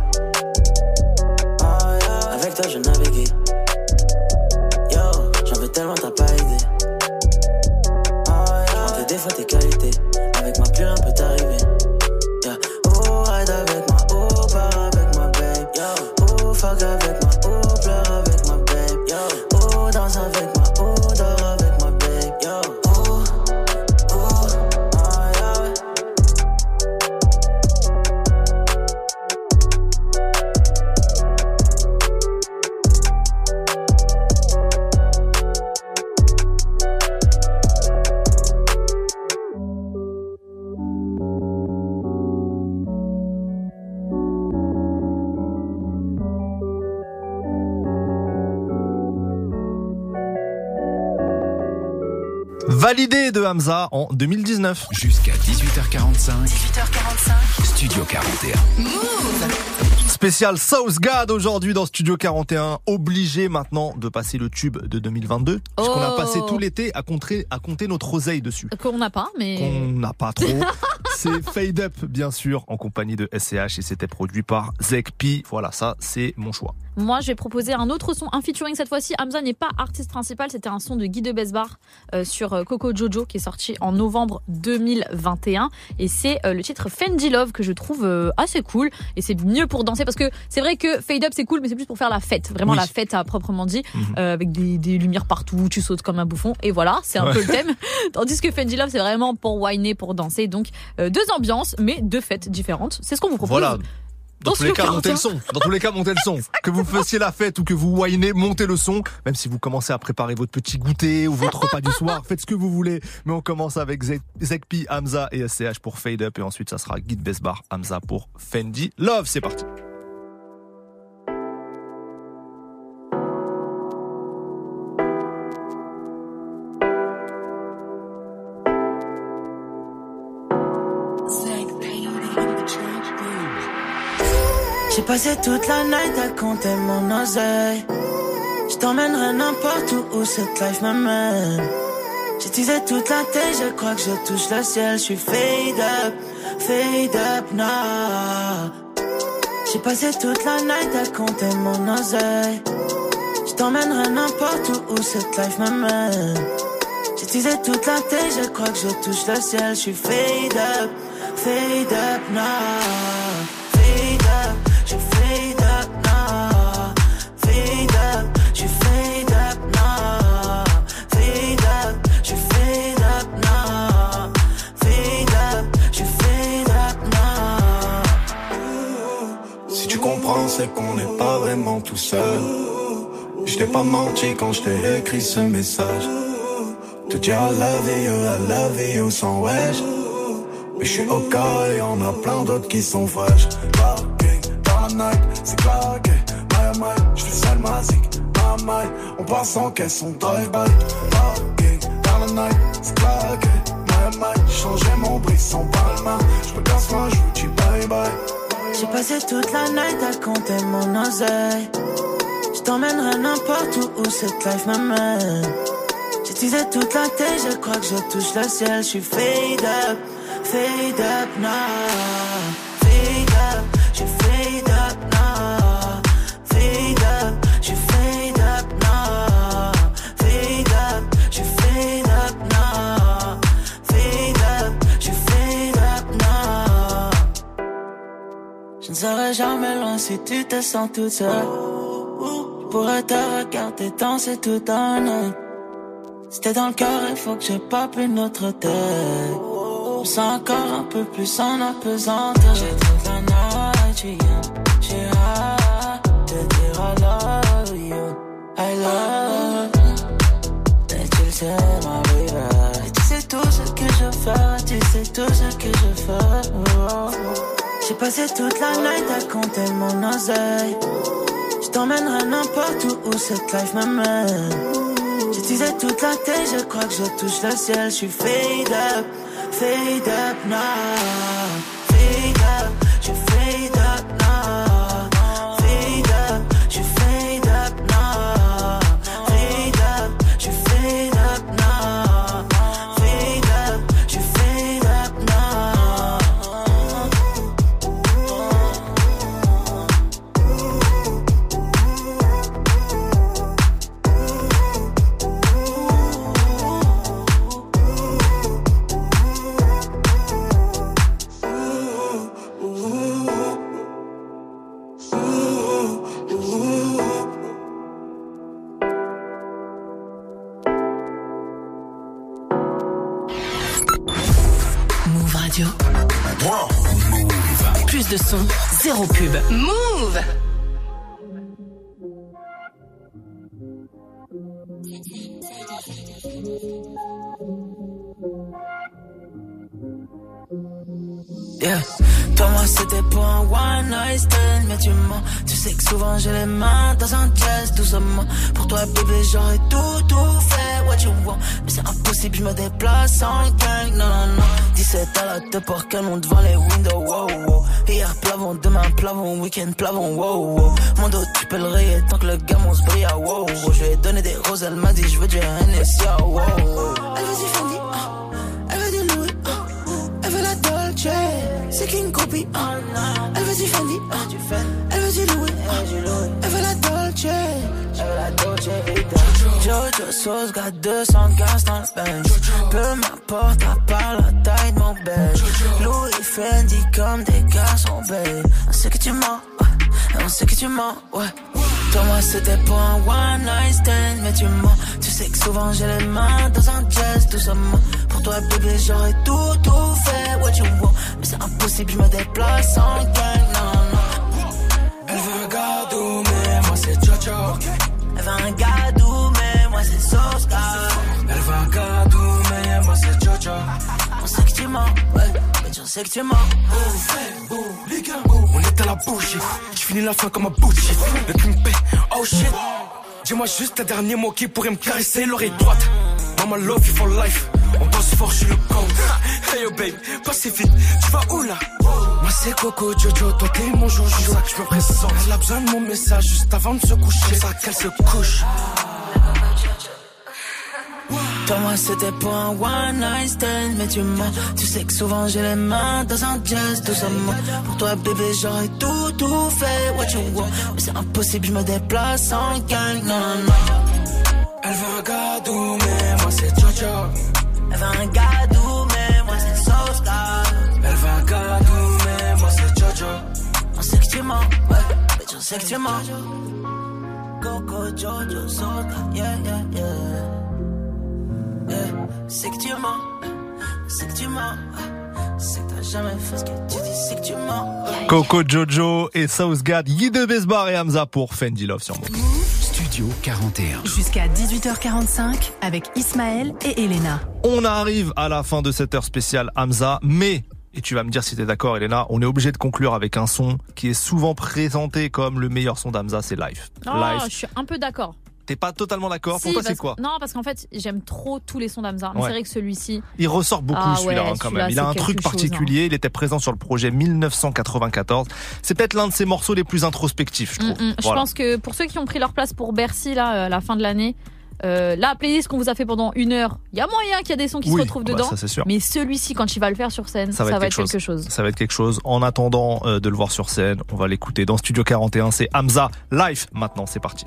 Speaker 9: Avec toi, je navigue. Yo, j'en veux tellement, t'as pas idée. Prends tes défauts, tes qualités. Avec moi, plus rien peut t'arriver. Yeah. Oh, ride avec moi, oh, pars avec moi, babe. Yo, oh, fuck avec moi, oh, pleure avec moi, babe. Yo, oh, danse avec moi, oh, dors avec moi, babe. Yo, yeah.
Speaker 1: Validé de Hamza en 2019.
Speaker 4: Jusqu'à 18h45. Studio 41.
Speaker 1: Spécial South God aujourd'hui dans Studio 41. Obligé maintenant de passer le tube de 2022. Puisqu'on a passé tout l'été à compter notre oseille dessus.
Speaker 2: Qu'on n'a pas, mais...
Speaker 1: Qu'on n'a pas trop. C'est Fade Up, bien sûr, en compagnie de SCH et c'était produit par Zekpi. Voilà, ça, c'est mon choix.
Speaker 2: Moi, je vais proposer un autre son, un featuring cette fois-ci. Hamza n'est pas artiste principal, c'était un son de Guy de Besbar sur Coco Jojo qui est sorti en novembre 2021. Et c'est le titre Fendi Love que je trouve assez cool. Et c'est mieux pour danser parce que c'est vrai que Fade Up c'est cool, mais c'est plus pour faire la fête. Vraiment la fête à proprement dit, avec des lumières partout, tu sautes comme un bouffon. Et voilà, c'est un peu le thème. Tandis que Fendi Love c'est vraiment pour whiner, pour danser. Donc deux ambiances, mais deux fêtes différentes. C'est ce qu'on vous propose.
Speaker 1: Voilà. Dans tous les cas, montez le son. Dans tous les cas, montez le son. Que vous fassiez la fête ou que vous whinez, montez le son. Même si vous commencez à préparer votre petit goûter ou votre repas du soir, faites ce que vous voulez. Mais on commence avec Zekpi, Hamza et SCH pour Fade Up. Et ensuite, ça sera Guy de Besbar, Hamza pour Fendi Love. C'est parti.
Speaker 9: J'ai passé toute la night à compter mon oseille. Je t'emmènerai n'importe où cette life m'amène. J'ai teasé toute la tête, je crois que je touche le ciel. Je suis fade up now. J'ai passé toute la night à compter mon oseille. Je t'emmènerai n'importe où cette life m'amène. J'ai teasé toute la tête, je crois que je touche le ciel. Je suis fade up now.
Speaker 7: C'est qu'on n'est pas vraiment tout seul. Je t'ai pas menti quand je t'ai écrit ce message. Te dire I love you sans wesh. Mais je suis au cas et y'en a plein d'autres qui sont fraîches. Parking dans la night, c'est claqué. My, je fais seul ma zik. My, on passe en caisse, on drive-by. Parking dans la night, c'est claqué. My, changer mon bris sans palma. Je me casse moi, je vous dis bye bye.
Speaker 9: J'ai passé toute la night à compter mon oseille. Je t'emmènerai n'importe où cette life m'amène. J'ai teasé toute la tête, je crois que je touche le ciel. Je suis fade up now. Fade up, je suis fade up now. Fade up, je suis fade up now. Fade up, je suis fade up now. Fade up, je suis fade up now. Je ne serai jamais loin si tu te sens toute seule. Je pourrais te regarder danser toute la nuit. Si t'es dans le cœur, il faut que j'ai pas plus notre tête. Je me sens encore un peu plus en apesanteur. J'ai toute la night, j'ai hâte de dire I love you. I love you. Et tu le sais, ma baby. Et tu sais tout ce que je fais. Tu sais tout ce que je fais. J'ai passé toute la night à compter mon oseille. Je t'emmènerai n'importe où cette life m'amène. J'ai teasé toute la tête, je crois que je touche le ciel. Je suis fade up now. Fade up, je suis fade up now. Fade up, je suis fade up now. Fade up, je suis fade up now. Fade up, je suis fade up now.
Speaker 3: Move Radio. Plus de son, zéro pub. Move.
Speaker 5: Yeah. Toi moi c'était pour un one night stand, mais tu mens. Tu sais que souvent j'ai les mains dans un jazz doucement. Pour toi bébé j'aurais tout fait what you want. Mais c'est impossible, je me déplace en gang. Non non non. 17 à la te pour canon devant les windows. Wow wow. Hier plavon, demain plavon, week-end plavon. Wow wow. Mon dos tu peux le rayer tant que le gamin se brille. Wow wow. Je lui ai donné des roses, elle m'a dit je veux du Hennessy. Wow wow. Elle veut du Fendi, elle veut du Louis, elle veut la Dolce. C'est qu'une copie, elle veut du Fendi, elle veut du Louis, elle veut la Dolce, Jojo sauce, got 215 dans le bench. Peu m'importe à part la taille de mon belge. Louis Fendi comme des garçons belges. On sait que tu mens, on sait que tu mens, ouais. Toi moi c'était pour un one night stand, mais tu mens. Tu sais que souvent j'ai les mains dans un jazz doucement. Pour toi bébé j'aurais tout fait what you want. Mais c'est impossible, je me déplace en gang, non non.
Speaker 8: Elle veut un gadou, mais moi c'est Jojo.
Speaker 5: Elle veut un gadou, mais moi c'est Soska.
Speaker 8: Elle veut un gadou, mais moi c'est Jojo.
Speaker 5: On sait que tu mens, ouais, mais tu sais que tu mens.
Speaker 8: On est à la bougie, je finis la fin comme un bougie. Le pimpé, oh shit. Dis-moi juste un dernier mot qui pourrait me caresser l'oreille droite. Mama love you for life. On bosse fort, je suis le con. Hey yo babe, passez vite, tu vas où là? Moi c'est Coco Jojo, toi t'es mon joujou. C'est ça que je me présente. Elle a besoin de mon message juste avant de se coucher. C'est ça qu'elle se couche.
Speaker 5: Toi moi c'était pour un one night stand, mais tu mens. Tu sais que souvent j'ai les mains dans un jazz doucement. Pour toi bébé j'aurais tout fait what you want. Mais c'est impossible, je me déplace en gang, non non.
Speaker 8: Elle veut un gadou, mais moi c'est Jojo.
Speaker 5: Elle veut un gadou, mais moi c'est Soska.
Speaker 8: Elle veut un gadou, mais moi c'est Jojo.
Speaker 5: On sait que tu mens, ouais, mais tu sais que tu mens. Coco Jojo Soska, yeah yeah yeah. C'est que tu mens, c'est que tu mens, c'est que t'as jamais fait ce que tu dis, c'est que tu mens.
Speaker 1: Coco Jojo et Southgard, Yide Besbar et Hamza pour Fendi Love sur Move.
Speaker 4: Studio 41.
Speaker 3: Jusqu'à 18h45 avec Ismaël et Elena.
Speaker 1: On arrive à la fin de cette heure spéciale Hamza, mais, et tu vas me dire si t'es d'accord Elena, on est obligé de conclure avec un son qui est souvent présenté comme le meilleur son d'Hamza, c'est Life.
Speaker 2: Oh,
Speaker 1: Life.
Speaker 2: je suis un peu d'accord.
Speaker 1: T'es pas totalement d'accord?
Speaker 2: Si,
Speaker 1: pour toi c'est quoi?
Speaker 2: Non, parce qu'en fait j'aime trop tous les sons d'Hamza. Mais c'est vrai que celui-ci,
Speaker 1: il ressort beaucoup celui-là quand même. Il a un truc particulier. Il était présent sur le projet 1994. C'est peut-être l'un de ses morceaux les plus introspectifs, je trouve.
Speaker 2: Voilà. Je pense que pour ceux qui ont pris leur place pour Bercy là, à la fin de l'année, la playlist qu'on vous a fait pendant 1 heure, il y a moyen qu'il y a des sons qui se retrouvent dedans.
Speaker 1: Ça, c'est sûr.
Speaker 2: Mais celui-ci, quand il va le faire sur scène, ça va être quelque chose.
Speaker 1: Ça va être quelque chose. En attendant de le voir sur scène, on va l'écouter dans Studio 41. C'est Hamza Live. Maintenant, c'est parti.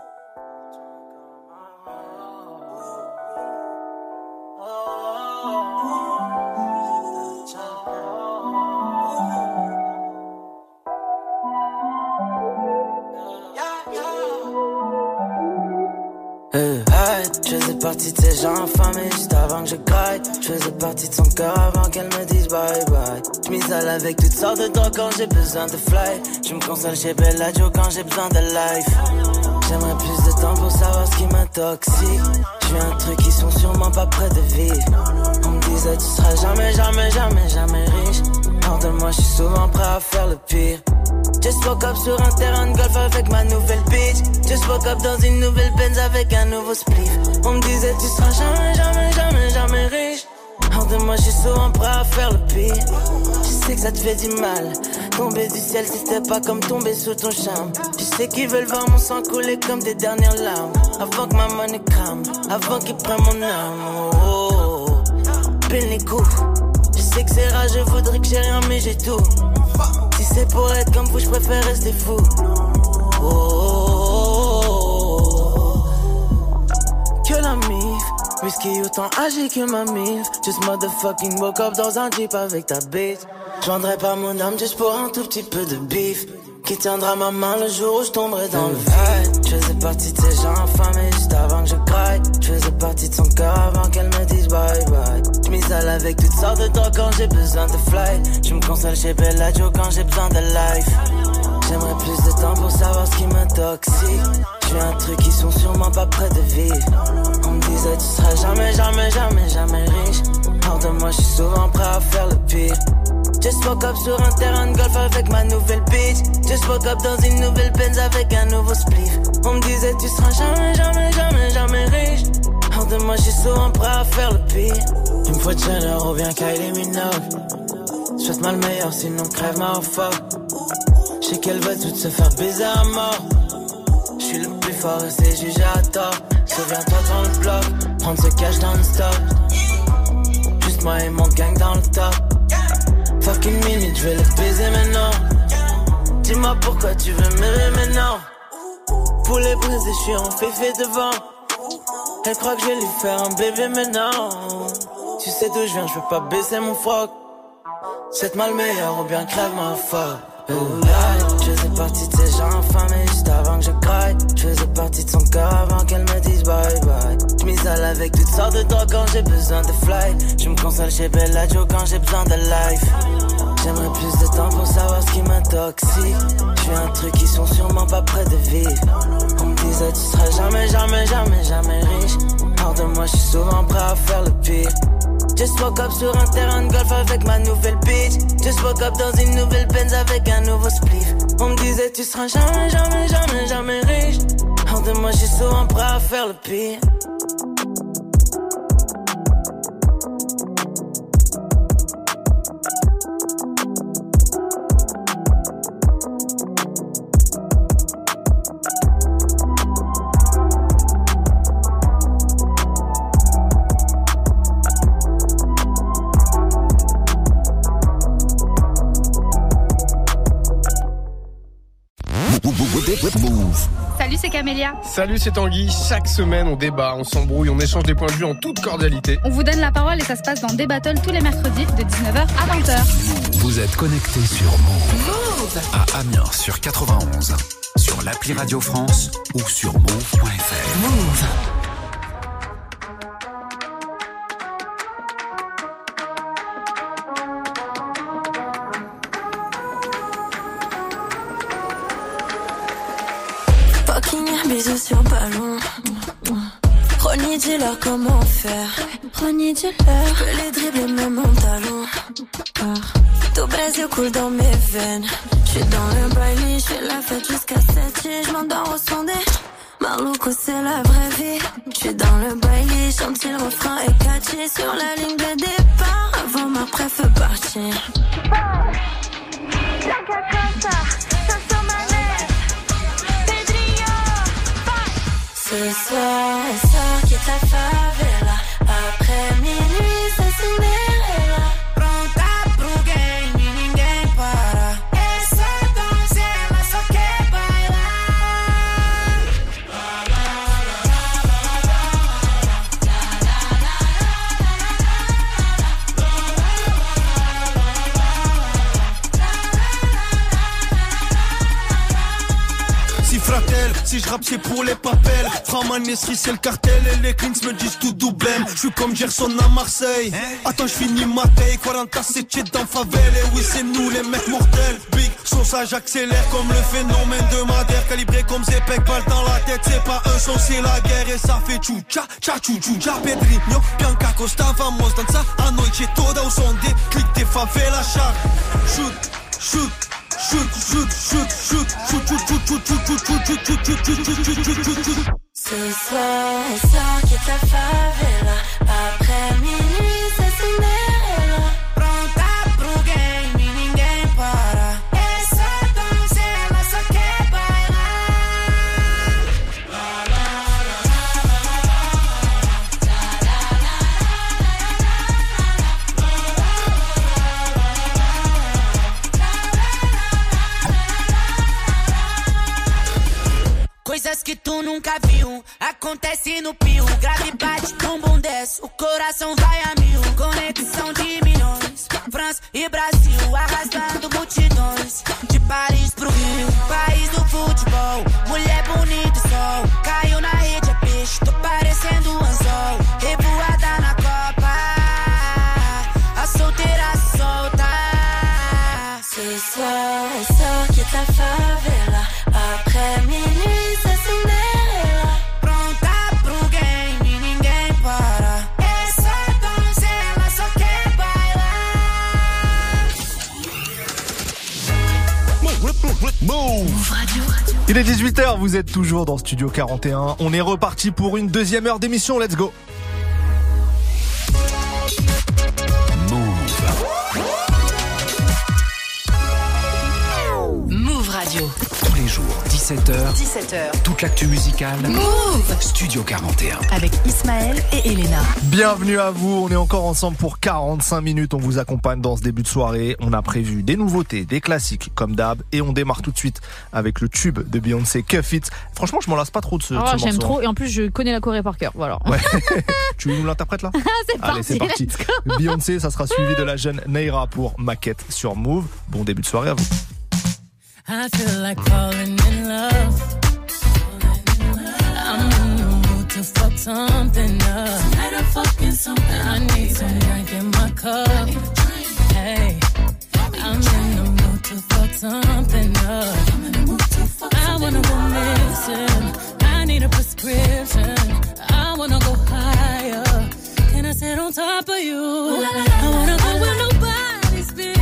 Speaker 5: Je faisais partie de ces gens infamés juste avant que je graille. Je faisais partie de son cœur avant qu'elle me dise bye bye. Je m'isole avec toutes sortes de drogues quand j'ai besoin de fly. Je me console chez Bellagio quand j'ai besoin de life. J'aimerais plus de temps pour savoir ce qui m'intoxique. Je vis un truc qui sont sûrement pas près de vivre. On me disait tu seras jamais riche. Hors de moi je suis souvent prêt à faire le pire. Just woke up sur un terrain de golf avec ma nouvelle bitch. Just woke up dans une nouvelle Benz avec un nouveau spliff. On me disait tu seras jamais riche. Hors de moi je suis souvent prêt à faire le pire. Je sais que ça te fait du mal. Tomber du ciel si c'était pas comme tomber sous ton charme. Je sais qu'ils veulent voir mon sang couler comme des dernières larmes. Avant que ma money crame, avant qu'ils prennent mon âme. Oh, pile les coups. Je sais que c'est rare, je voudrais que j'ai rien mais j'ai tout. Si c'est pour être comme vous, je préfère rester fou. Oh, que la mif, whisky autant âgé que ma mif. Just motherfucking woke up dans un jeep avec ta bitch. Je vendrais pas mon âme juste pour un tout petit peu de bif. Qui tiendra ma main le jour où je tomberai dans le vide. Je faisais partie de ces gens infamés juste avant que je graille. Je faisais partie de son cœur avant qu'elle me dise bye bye. Je m'isole avec toutes sortes de drogues quand j'ai besoin de fly. Je me console chez Bellagio quand j'ai besoin de life. J'aimerais plus de temps pour savoir ce qui m'intoxique. Je vis un truc qui sont sûrement pas près de vivre. On me disait tu seras jamais riche. Hors de moi je suis souvent prêt à faire le pire. Just woke up sur un terrain de golf avec ma nouvelle bitch. Just woke up dans une nouvelle Benz avec un nouveau spliff. On me disait tu seras jamais, jamais, jamais, jamais riche. Hors de moi j'suis souvent prêt à faire le pire. Il me faut Jenner ou bien Kylie Minogue. Souhaite-moi le meilleur sinon crève-moi au fuck. J'sais qu'elle va toutes se faire baiser à mort. J'suis le plus fort et c'est jugé à tort. Souviens-toi dans le bloc, prendre ce cash dans le stock. Juste moi et mon gang dans le top. Fucking minute, j'vais le baiser maintenant. Dis-moi pourquoi tu veux m'aimer maintenant. Pour les briser, j'suis en féfé devant. Elle croit que je vais lui faire un bébé maintenant. Tu sais d'où je viens, j'peux pas baisser mon froc. Souhaite-moi le meilleur ou bien crève-moi fort. Je faisais partie de ces gens infamés juste avant que je craque. Je faisais partie de son corps avant qu'elle me dise bye bye. Je m'isole avec toutes sortes de drogues quand j'ai besoin de fly. Je me console chez Bellagio quand j'ai besoin de life. J'aimerais plus de temps pour savoir ce qui m'intoxique. Je suis un truc qui sont sûrement pas près de vivre. On me disait tu seras jamais, jamais, jamais, jamais riche. Hors de moi je suis souvent prêt à faire le pire. Just woke up sur un terrain de golf avec ma nouvelle bitch. Just woke up dans une nouvelle Benz avec un nouveau spliff. On me disait tu seras jamais, jamais, jamais, jamais riche. Hors de moi je suis souvent prêt à faire le pire.
Speaker 10: Salut, c'est Camélia.
Speaker 11: Salut, c'est Tanguy. Chaque semaine, on débat, on s'embrouille, on échange des points de vue en toute cordialité.
Speaker 10: On vous donne la parole et ça se passe dans des battles tous les mercredis de 19h à 20h.
Speaker 4: Vous êtes connectés sur Move. À Amiens sur 91, sur l'appli Radio France ou sur move.fr. Move.
Speaker 12: Bisous sur ballon. Ronnie, dis-leur comment faire. Ronnie, dis-leur. J'peux les dribbler même en talon. Tout baise coule dans mes veines. J'suis dans le baile, j'fais la fête jusqu'à 7 et j'm'endors au son des Marlouco, c'est la vraie vie. J'suis dans le baile, chante le refrain et catchy. Sur la ligne de départ, avant ma préf partir. La cacata. Ce soir, elle sort, quitte la favela. Après minuit, c'est Cinderella. Pronta pro game, ninguém para. Essa donzela só quer bailar.
Speaker 13: Si fratel, si je rappe c'est pour les papels. Framanesserie c'est le cartel et les cleans me disent tout doublem. Je suis comme Gerson à Marseille. Attends je finis ma taille, 47 dans favelle. Et oui c'est nous les mecs mortels. Big sauçage accélère comme le phénomène de Madère. Calibré comme Zepec, balle dans la tête. C'est pas un son c'est la guerre et ça fait tchou tcha tcha tchou tchou tcha Pedrinho, Bianca Costa vamos dançar a noite toda au son des clics des favelas char. Shoot, shoot. Shoot, shoot, shoot, shoot, shoot, shoot, shoot, shoot, shoot, shoot, shoot, shoot, shoot, shoot, shoot, shoot, shoot, shoot.
Speaker 12: Ce soir, elle sort, quitte la favela. Après minuit, c'est Cinderella. Pronta pro game, ninguém para. Essa donzela só quer bailar.
Speaker 5: Coisas que tu nunca viu, acontece no pio. Grave bate, bumbum desce, o coração vai a mil. Conexão de milhões, França e Brasil, arrastando multidões. De Paris pro Rio, país do futebol. Mulher bonita e sol, caiu na rede, é peixe. Tô parecendo um anzol, revoada na Copa. A solteira se solta.
Speaker 12: Ce soir, elle sort, quitte la favela. Après minuit, c'est Cinderella.
Speaker 5: Pronta pro game, ninguém para. Essa donzela só quer bailar.
Speaker 1: 18h, vous êtes toujours dans Studio 41. On est reparti pour une deuxième heure d'émission. Let's go.
Speaker 3: Move Radio.
Speaker 4: Tous les jours, 17h. Toute l'actu musicale.
Speaker 3: Move
Speaker 4: Studio 41.
Speaker 3: avec Ismaël et Elena.
Speaker 1: Bienvenue à vous, on est encore ensemble pour 45 minutes, on vous accompagne dans ce début de soirée, on a prévu des nouveautés, des classiques comme d'hab et on démarre tout de suite avec le tube de Beyoncé, Cuff It. Franchement je m'en lasse pas trop de ce morceau.
Speaker 2: J'aime trop et en plus je connais la choré par cœur, voilà.
Speaker 1: Ouais. Tu nous l'interprètes là? Allez, c'est parti. Beyoncé, ça sera suivi de la jeune Neira pour Maquette sur Move. Bon début de soirée à vous.
Speaker 9: I feel like falling in love. I'm in the mood to fuck something up. Tonight I'm fucking something. I need some drink in my cup. Hey, I'm in the mood to fuck something up. I wanna go missing. I need a prescription. I wanna go higher. Can I sit on top of you? I wanna go where nobody's been.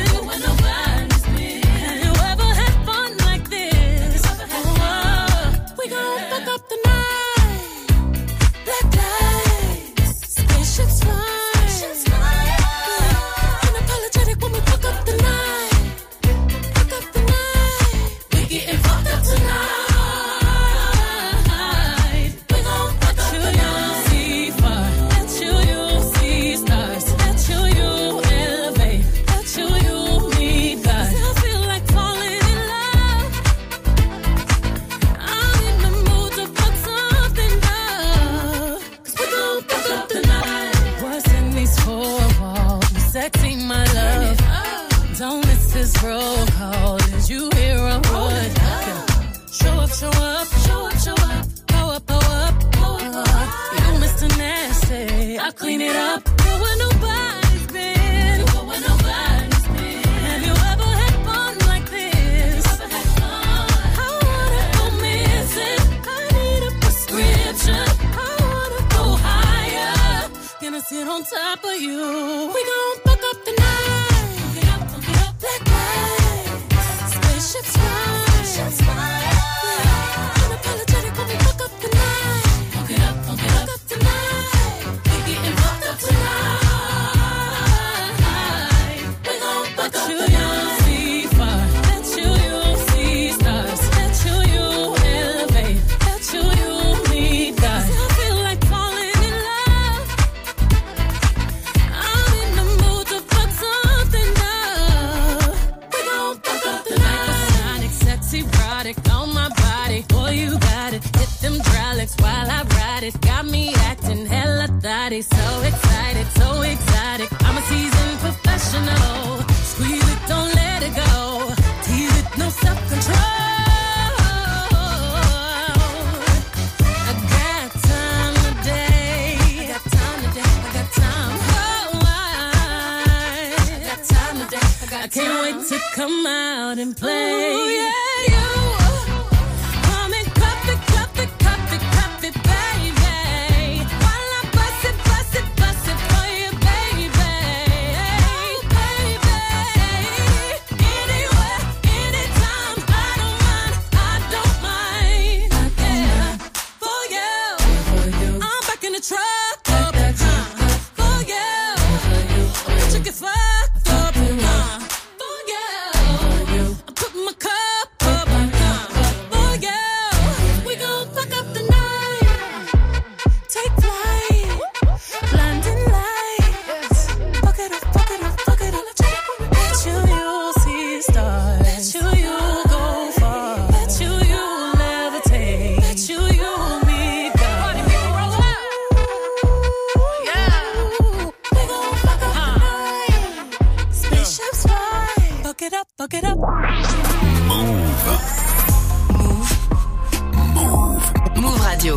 Speaker 9: Roll call, is you hear a word? Show up, show up, show up, show up. Go up, go up, go up. You Mr. Nasty, I'll clean it up. Go where nobody's been. Go where nobody's been. Have you ever had fun like this? I wanna go missing. I need a prescription. I wanna go higher. Gonna sit on top of you. We gon' fuck up the night. Spaceships fly. Unapologetic when we fuck up the night. Fuck it up, fuck up tonight. We getting fucked up tonight. We gon' fuck up the night. See fire, let you see stars. Let you elevate. Let you meet God. I feel like falling in love. I'm in the mood to fuck something up. We gon' fuck up the night. Sexy erotic on my body, boy you got it. Hit them hydraulics while I ride it. Got me acting hella thotty, so excited, so exotic. I'm a seasoned professional. Squeeze it, don't let it go. Tease it, no self-control. I got time today. I got time today. I got time. Oh, I got time today. I can't wait to come out and play. Ooh, yeah. Fuck it up.
Speaker 4: Move.
Speaker 3: Move Radio.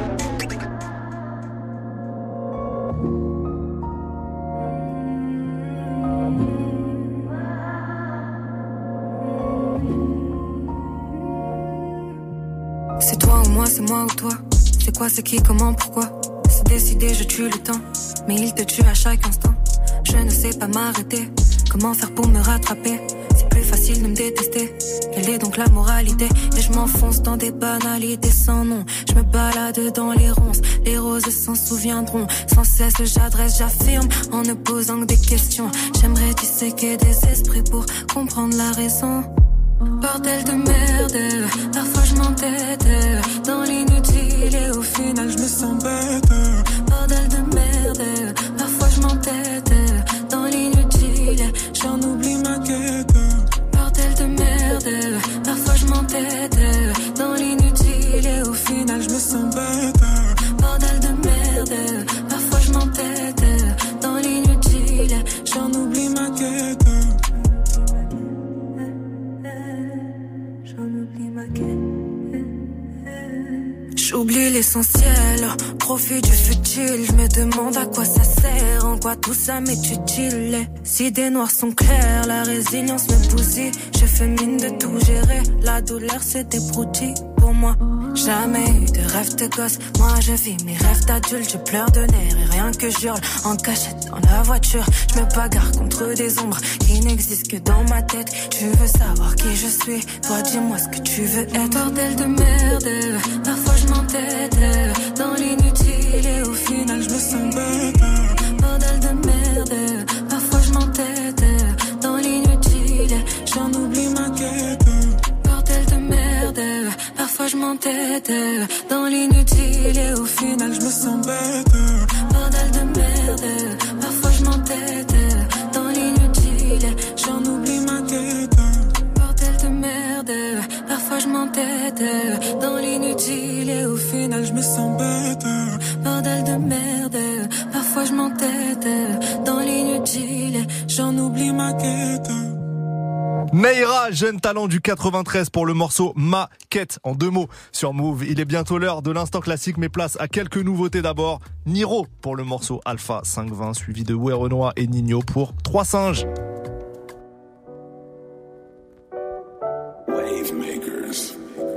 Speaker 14: C'est toi ou moi, c'est moi ou toi. C'est quoi, c'est qui, comment, pourquoi. C'est décidé, je tue le temps, mais il te tue à chaque instant. Je ne sais pas m'arrêter. Comment faire pour me rattraper? C'est plus trouver facile de me détester. Quelle est donc la moralité? Et je m'enfonce dans des banalités sans nom. Je me balade dans les ronces, les roses s'en souviendront. Sans cesse j'adresse, j'affirme, en ne posant que des questions. J'aimerais disséquer des esprits pour comprendre la raison. Bordel de merde, parfois je m'entête dans l'inutile et au final je me sens bête. Bordel de merde, parfois je m'entête dans l'inutile, j'en oublie ma quête. Bordel de merde, parfois je m'entête dans l'inutile et au final je me sens bête. Bordel de merde, parfois je m'entête dans l'inutile, j'en oublie ma quête. J'oublie l'essentiel, profite du futile. Je me demande à quoi ça sert, en quoi tout ça m'est utile. Si des noirs sont clairs, la résilience me bousille. Je fais mine de tout gérer, la douleur c'est des broutilles. Pour moi, jamais eu de rêve de gosse. Moi je vis mes rêves d'adulte, je pleure de nerfs et rien que j'hurle en cachette dans la voiture. Je me bagarre contre des ombres qui n'existent que dans ma tête. Tu veux savoir qui je suis, toi dis-moi ce que tu veux être. Bordel de merde, parfois je m'entête dans l'inutile et au final je me sens bête. Bordel de merde, parfois je m'entête dans l'inutile, j'en oublie ma quête. Bordel de merde, parfois je m'entête dans l'inutile et au final je me sens bête. Bordel de merde, parfois je m'entête dans l'inutile, j'en oublie ma quête. Bordel de merde, parfois je m'entête dans l'inutile et au final je me sens bête. Bordel de merde, parfois je m'entête dans l'inutile, j'en oublie ma quête.
Speaker 1: Neira, jeune talent du 93 pour le morceau Ma Quête en 2 mots sur Move. Il est bientôt l'heure de l'instant classique, mais place à quelques nouveautés d'abord. Niro pour le morceau Alpha 520, suivi de Ouais Renoir et Nino pour 3 singes.
Speaker 6: Wavemakers.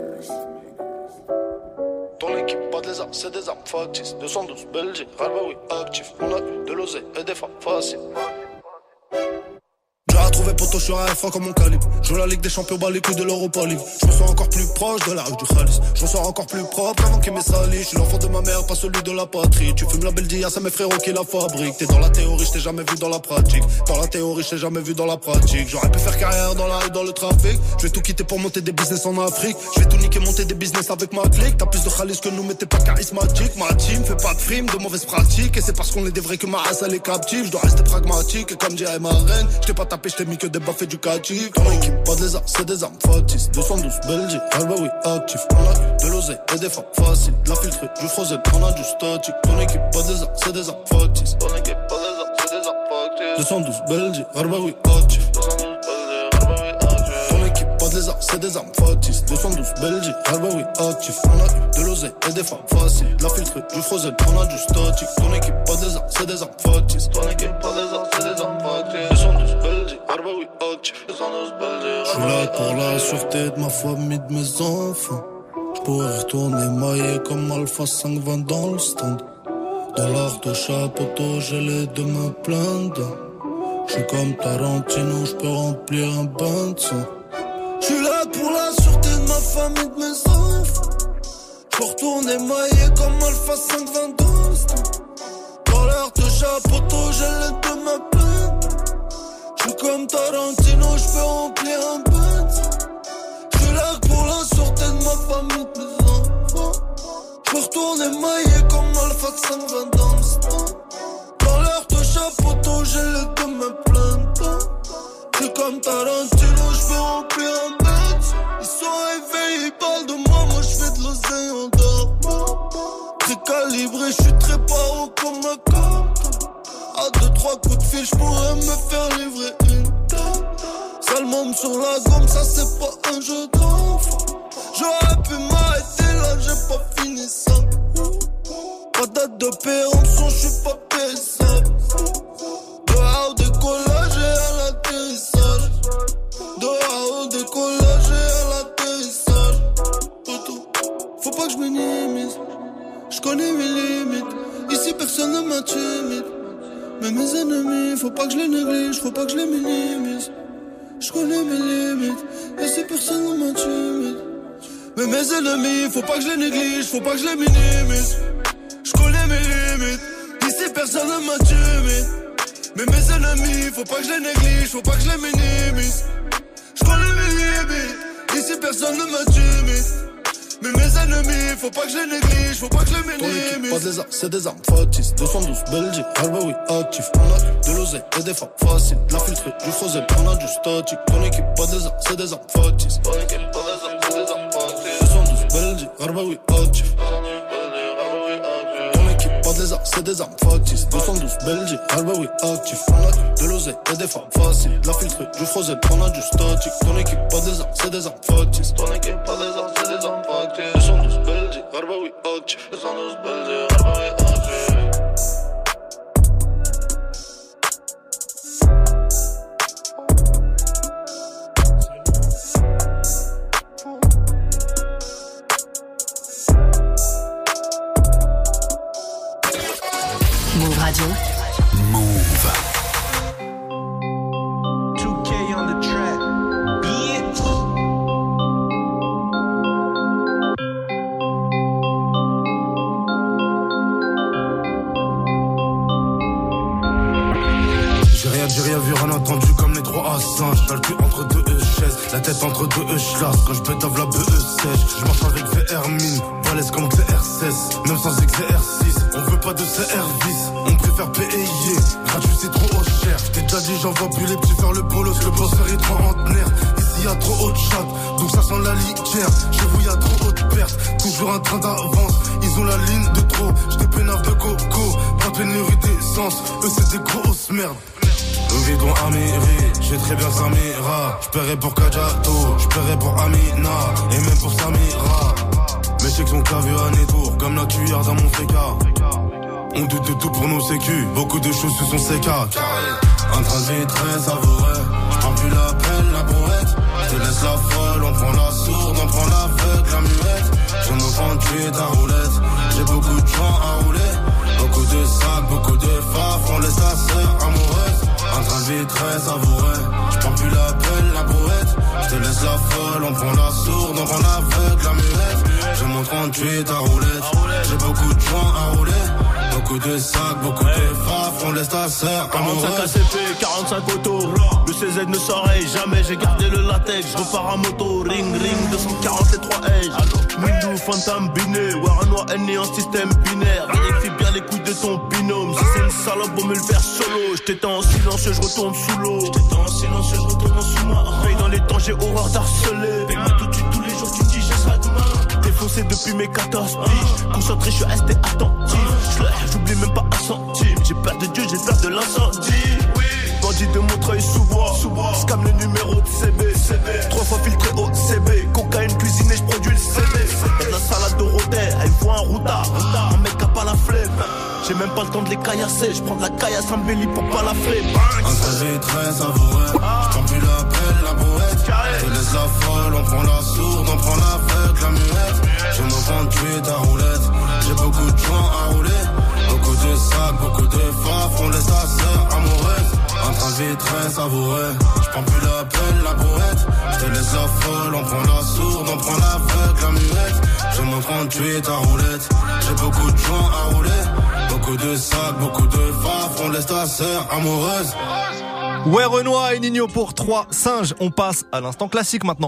Speaker 6: Ton équipe, pas de lézard, c'est des armes factices. 212, Belgique, Ralbaoui, actif. On a eu de l'oseille et des femmes faciles. J'ai retrouvé poteau, je suis un F1 comme mon calibre. Je joue la Ligue des Champions, bas les couilles de l'Europa League. Je me sens encore plus proche de la rue du Khalis. Je me sens encore plus propre avant qu'il m'ait sali. Je suis l'enfant de ma mère, pas celui de la patrie. Tu fumes la Beldia, c'est mes frérots qui la fabriquent. T'es dans la théorie, je t'ai jamais vu dans la pratique. Dans la théorie, je t'ai jamais vu dans la pratique. J'aurais pu faire carrière dans la rue, dans le trafic. Je vais tout quitter pour monter des business en Afrique. Je vais tout niquer, monter des business avec ma clique. T'as plus de Khalis que nous, mais t'es pas charismatique. Ma team fait pas de frimes, de mauvaises pratiques. Et c'est parce qu'on est des vrais que ma race elle est captive. Je dois rester pragmatique, et comme dirait ma reine, je t'ai pas tapé, je t'ai mis que des baffes éducatifs. Ton équipe, pas de lézard, c'est des armes factices. 212, Belgique, Albaoui, actif. On a eu de l'oseille et des femmes faciles. De la filtrée, du frozen, on a du statique. Ton équipe, pas de lézard, c'est des armes factices. Ton équipe, pas de lézard, c'est des armes factices. 212, Belgique, Albaoui, actif. Ton équipe, pas de lézard, c'est des armes factices. 212, Belgique, Albaoui, actif. On a eu de l'oseille et des femmes faciles. De la filtrée, du frozen, on a du statique. Ton équipe, pas de lézard, c'est des armes factices. Ton équipe, pas de lézard, c'est des armes factices. 212, Belgique, Albaoui, actif. 212, Belgique.
Speaker 7: Je suis là pour la sûreté de ma famille, de mes enfants. Je pourrais retourner maillé comme Alpha 520 dans le stand. $, chapeau, j'ai les 2 mains pleines dedans. Je suis comme Tarantino, je peux remplir un bain de sang. Je suis là pour la sûreté de ma famille, de mes enfants. Je peux retourner maillé comme Alpha 520 dans le stand. $, chapeau, j'ai les 2 mains pleines dedans. Je suis comme Tarantino, je peux remplir un bain de sang. Je suis là pour la sûreté de ma famille, de mes enfants. Je peux retourner maillé comme Alpha 520 dans le stand. $, chapeau, j'ai les 2 mains pleines dedans. Je suis comme Tarantino, je peux remplir un bête. Ils sont réveillés, ils parlent de moi, moi je fais de l'oseille en dormant. Très calibré, je suis très paro comme ma carte. À 2-3 coups de fil, je pourrais me faire livrer une tête. Sale môme sur la gomme, ça c'est pas un jeu d'enfant. J'aurais pu m'arrêter là, j'ai pas fini ça. Pas date de péremption, je suis pas payable. Dehors au décollage et à l'atterrissage. Dehors au décollage et à l'atterrissage. Faut pas que je minimise. Je connais mes limites. Ici personne ne m'intimide. Mais mes ennemis, faut pas que je les néglige, faut pas que je les minimise.
Speaker 13: Je connais mes limites, et c'est personne ne m'intimide. Mais mes ennemis, faut pas que je les néglige, faut pas que je les minimise. Je connais mes limites, ici personne ne m'intimide. Mais mes ennemis, faut pas que je les néglige, faut pas que je les minimise. Je connais mes limites, ici personne ne m'intimide. Mais mes ennemis, faut pas que je les néglige, faut pas que je les minimise. Pas des armes, c'est des armes factices. 212 Belgique, oui, actif. On a de l'oseille et des femmes faciles. De la filtrée, du frozen, on a du statique. Ton équipe, pas des armes, c'est des armes factices. Ton équipe, pas des armes, c'est des armes factices. 212 Belgique, oui, actif. Ton équipe, pas des armes, c'est des armes factices. 212 Belgique, oui, actif. On a de l'oseille et des femmes faciles. De la filtrée, du frozen, on a du statique. Ton équipe, pas des armes, c'est des armes factices. Ton équipe, pas des armes, c'est des armes factices. 212 Belgique, oui, actif. 212 Belgique, oui, actif.
Speaker 3: Move Radio.
Speaker 4: Move.
Speaker 13: 2K on the track. Bitch.
Speaker 15: J'ai rien vu, rien entendu comme les trois à singes. T'as le cul entre deux chaises, la tête entre deux chlasse. Quand je pétave la BE sèche, je marche avec VR mine, balèze comme CR16, même sans exercice. On veut pas de CR10, on préfère payer. Gratuit c'est trop cher. J't'ai déjà dit j'envoie plus les petits faire le bolos. Le bosseur est trentenaire. Ici y'a trop haut de chat, donc ça sent la litière. Chez vous y'a trop haut de perte, toujours un train d'avance. Ils ont la ligne de trop, j't'ai pénave de coco. Pas de pénurie d'essence, eux c'est des grosses merdes. Nous vivons à mairie, j'ai très bien Samira. J'paierai pour Kajato, j'paierai pour Amina. Et même pour Samira. Mes chèques sont clavés à Nétour, comme la cuillère dans mon féca. On doute de tout pour nos sécu, beaucoup de choses se sont séca. Un train de vie très savoureux, j'prends plus la pelle, la brouette. Je te laisse la folle, on prend la sourde, on prend l'aveugle, la muette. Je me prends tuer ta roulette, j'ai beaucoup de gens à rouler. Beaucoup de sacs, beaucoup de faf, on laisse ta sœur amoureuse. Un train de vie très savoureux, j'prends plus la pelle, la brouette. Je te laisse la folle, on prend la sourde, on prend l'aveugle, la muette. Je monte 38 ta roulette, j'ai beaucoup de gens à rouler. Beaucoup de sacs, beaucoup de faf, on laisse ta sœur amoureuse.
Speaker 16: 45 ACP, 45 autos. Le CZ ne s'arrête jamais, j'ai gardé le latex. Je repars à moto, ring ring, 240 les 3 H. Windows, Phantom, Binet, Waranoa, N en système binaire. Vérifie bien les couilles de ton binôme. Si c'est une salope, on me le faire solo. J'étais en silencieux, je retourne sous l'eau. J'étais en silencieux, je retourne en sous-marin. Paye dans les temps, j'ai horreur d'harceler. Paye-moi tout de suite, tous les jours, tu me dis, j'ai ça demain. Défoncé depuis mes 14 piges. Concentré, je suis resté attentif. J'oublie même pas un centime. J'ai peur de Dieu, j'ai peur de l'incendie. Bandit de Montreuil sous-bois. Scam le numéro de CB. 3 fois filtré au CB. Cocaïne cuisinée, je produis le CB. Y'a de la salade de rôdelle, elle voit un routard. Un mec a pas la flemme. J'ai même pas le temps de les caillasser. Je prends de la caillasse en belly pour pas la flemme.
Speaker 15: Un trajet très savoureux, j'prends plus la pelle, la brouette. Je te laisse la folle, on prend la sourde, on prend l'aveugle, la muette. Je me prends tuer ta roulette, j'ai beaucoup de gens à rouler. Beaucoup de sacs, beaucoup de faf, on laisse ta sœur amoureuse. Un train de vie très savoureux, j'prends plus la pelle, la brouette. Je te laisse la folle, on prend la sourde, on prend l'aveugle, la muette. Je me prends tuer ta roulette, j'ai beaucoup de gens à rouler. Beaucoup de sacs, beaucoup de faf, on laisse ta sœur amoureuse.
Speaker 1: Ouais, Renoir et Nino pour 3 singes. On passe à l'instant classique maintenant.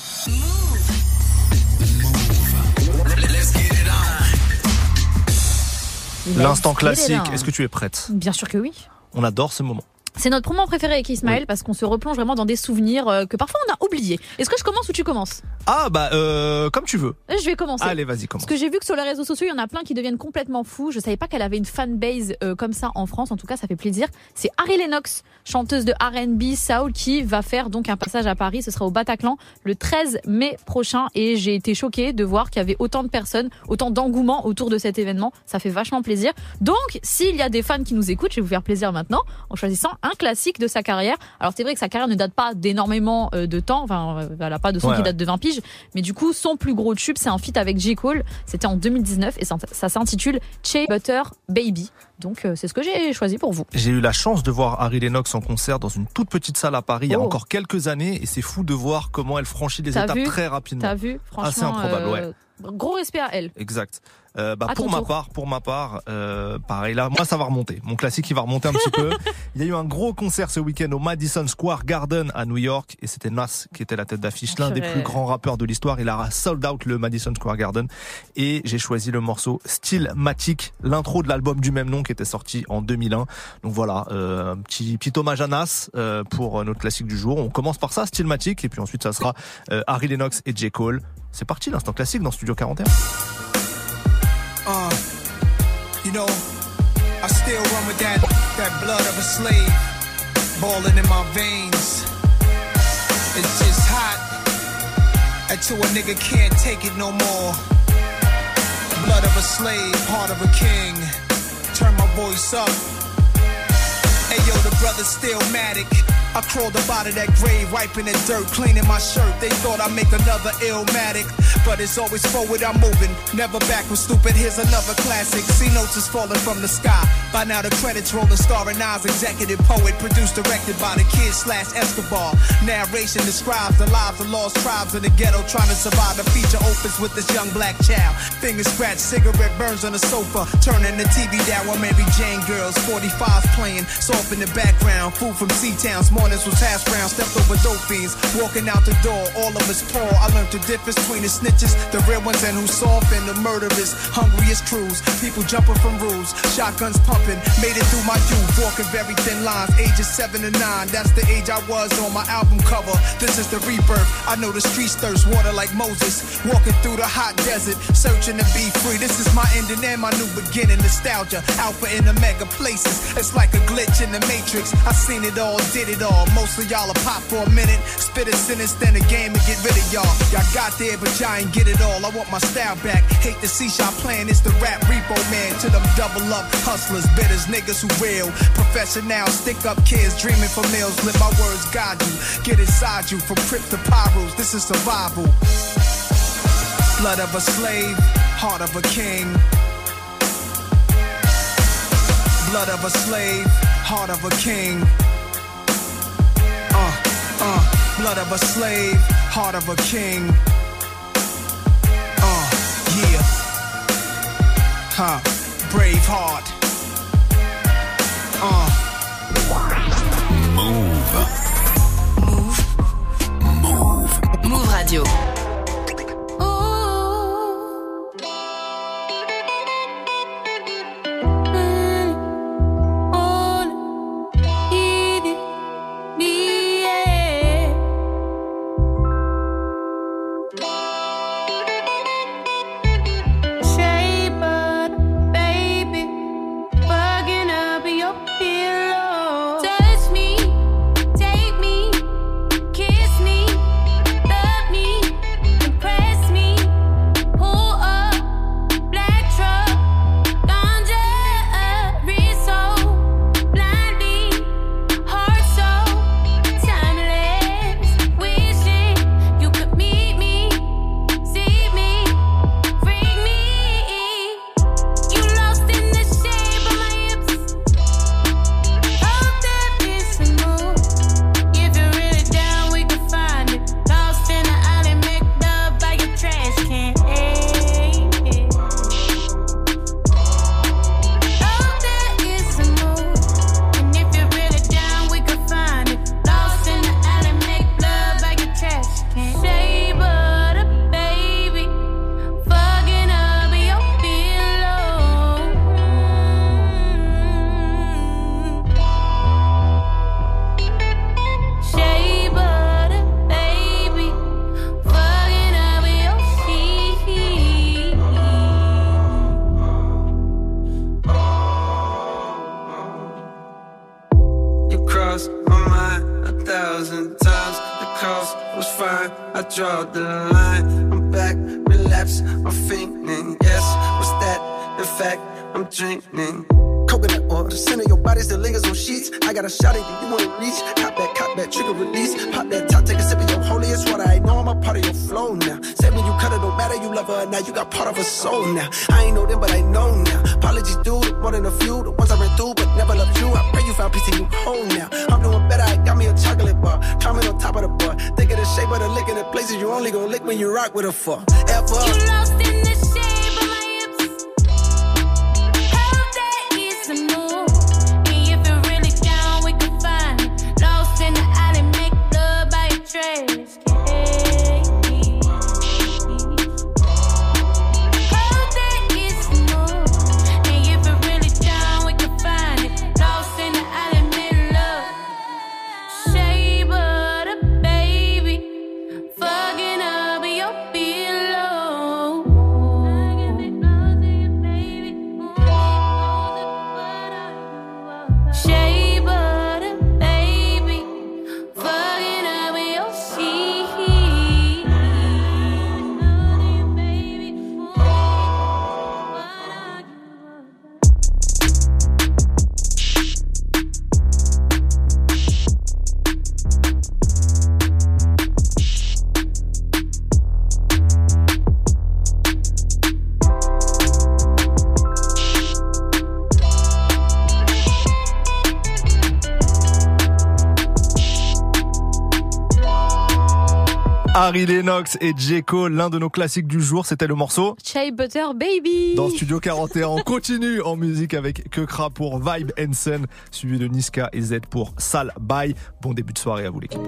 Speaker 1: L'instant classique, est-ce que tu es prête ?
Speaker 2: Bien sûr que oui.
Speaker 1: On adore ce moment.
Speaker 2: C'est notre moment préféré avec Ismaël parce qu'on se replonge vraiment dans des souvenirs que parfois on a oubliés. Est-ce que je commence ou tu commences ?
Speaker 1: Ah bah comme tu veux.
Speaker 2: Je vais commencer.
Speaker 1: Allez, vas-y, commence.
Speaker 2: Parce que j'ai vu que sur les réseaux sociaux, il y en a plein qui deviennent complètement fous. Je savais pas qu'elle avait une fanbase comme ça en France. En tout cas, ça fait plaisir. C'est Ari Lennox, chanteuse de R&B soul, qui va faire donc un passage à Paris. Ce sera au Bataclan le 13 mai prochain. Et j'ai été choquée de voir qu'il y avait autant de personnes, autant d'engouement autour de cet événement. Ça fait vachement plaisir. Donc, s'il y a des fans qui nous écoutent, je vais vous faire plaisir maintenant en choisissant un classique de sa carrière. Alors c'est vrai que sa carrière ne date pas d'énormément de temps, enfin elle a pas de son qui date de 20 piges, mais du coup son plus gros tube c'est un feat avec J. Cole, c'était en 2019 et ça s'intitule Shea Butter Baby. Donc c'est ce que j'ai choisi pour vous.
Speaker 1: J'ai eu la chance de voir Ari Lennox en concert dans une toute petite salle à Paris il y a encore quelques années et c'est fou de voir comment elle franchit les étapes très rapidement.
Speaker 2: T'as vu, franchement,
Speaker 1: assez improbable,
Speaker 2: gros respect à elle.
Speaker 1: Exact. Pour ma part, pareil là, moi ça va remonter. Mon classique il va remonter un petit peu. Il y a eu un gros concert ce week-end au Madison Square Garden à New York et c'était Nas qui était la tête d'affiche, l'un des plus grands rappeurs de l'histoire. Il a sold out le Madison Square Garden et j'ai choisi le morceau Stillmatic, l'intro de l'album du même nom qui était sorti en 2001. Donc voilà, un petit hommage à Nas pour notre classique du jour. On commence par ça, Stillmatic, et puis ensuite ça sera Ari Lennox et J. Cole. C'est parti, l'instant classique dans Studio 41.
Speaker 17: You know, I still run with that blood of a slave boiling in my veins. It's just hot until a nigga can't take it no more. Blood of a slave, heart of a king. Turn my voice up. Ayo, the brother's Stillmatic. I crawled up out of that grave, wiping the dirt, cleaning my shirt. They thought I'd make another Illmatic, but it's always forward I'm moving, never backward, stupid. Here's another classic. C notes is falling from the sky. By now the credits rolling, starring Nas, executive poet, produced, directed by the kid / Escobar. Narration describes the lives of lost tribes in the ghetto trying to survive. The feature opens with this young black child. Finger scratch, cigarette burns on the sofa, turning the TV down while Mary Jane girls, 45's playing soft in the background. Food from C-Town. Mornings was hash brown, stepped over dope fiends. Walking out the door, all of us poor. I learned the difference between the snitches, the real ones, and who's soft, and the murderers. Hungriest crews, people jumping from rules. Shotguns pumping, made it through my youth. Walking very thin lines, ages 7 and 9. That's the age I was on my album cover. This is the rebirth. I know the streets thirst water like Moses. Walking through the hot desert, searching to be free. This is my ending and my new beginning. Nostalgia, alpha and omega places. It's like a glitch in the matrix. I seen it all, did it all. Most of y'all will pop for a minute, spit a sentence, then a game and get rid of y'all. Y'all got there, but y'all ain't get it all. I want my style back. Hate to see y'all playing. It's the rap repo man. To them double up hustlers, bitters, niggas who real. Professional, stick up kids dreaming for meals. Let my words guide you. Get inside you from Crips to Pyros. This is survival. Blood of a slave, heart of a king. Blood of a slave, heart of a king. Blood of a slave, heart of a king. Yeah. Brave heart.
Speaker 3: Move Radio.
Speaker 18: draw the line. I'm back, relapse, I'm fainting. Yes, what's that? In fact, I'm dreaming.
Speaker 19: coconut oil. The scent of your body still lingers on sheets. I got a shot at you, you wanna reach. Cop that, trigger release. Pop that top, take a sip of your holiest water. I know I'm a part of your flow now. Said when you cut it, don't matter, you love her now. You got part of her soul now. I ain't know them, but I know now. Apologies due to more than a few. The ones I ran through, but never loved you. I pray you found peace and you whole now. I'm doing better, I got me a chocolate bar. Climbing on top of the bar. Think of the shape of the lick in the places you only gon' lick when you rock with a fuck. Ever.
Speaker 12: You lost in the shape of my hips. How that is a move. And if you're really down, we can find it. Lost in the alley, make love by a trash.
Speaker 1: Harry Lennox et J. Cole, l'un de nos classiques du jour, c'était le morceau
Speaker 2: Shea Butter Baby.
Speaker 1: Dans Studio 41, on continue en musique avec Kekra pour Vibe & Sun, suivi de Niska et Z pour Sal Bye. Bon début de soirée à vous l'équipe.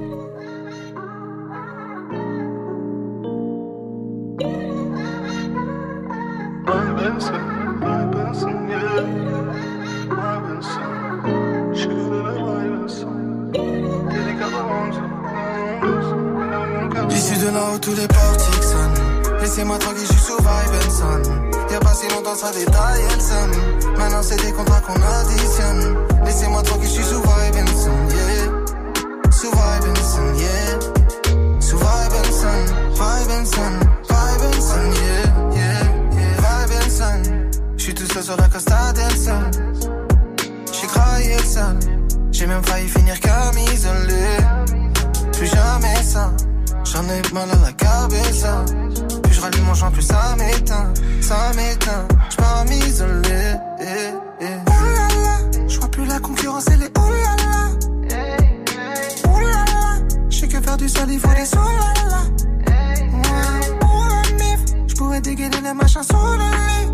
Speaker 20: Issu de là où tous les portiques sonnent. Laissez-moi tranquille, je suis sous Vibe & Sun. Y'a pas si longtemps ça détaille le somme. Maintenant c'est des contrats qu'on additionne. Laissez-moi tranquille, je suis sous Vibe & Sun, yeah. Sous Vibe & Sun, yeah. Sous Vibe & Sun, Vibe & Sun, Vibe & Sun, yeah, yeah, yeah. Vibe & Sun. J'suis tout seul sur la Costa del Sol. J'suis craillé le sol. J'ai même failli finir comme isolé. Plus jamais ça. J'en ai mal à la cabeza. Plus je rallume mon joint, plus ça m'éteint. Ça m'éteint, j'pars m'isoler. Oh là là, j'vois plus la concurrence, elle est oh là là. Oh là là, j'sais que faire du sol, il faut des sous là là. Pour la mif, j'pourrais dégainer les machins sous le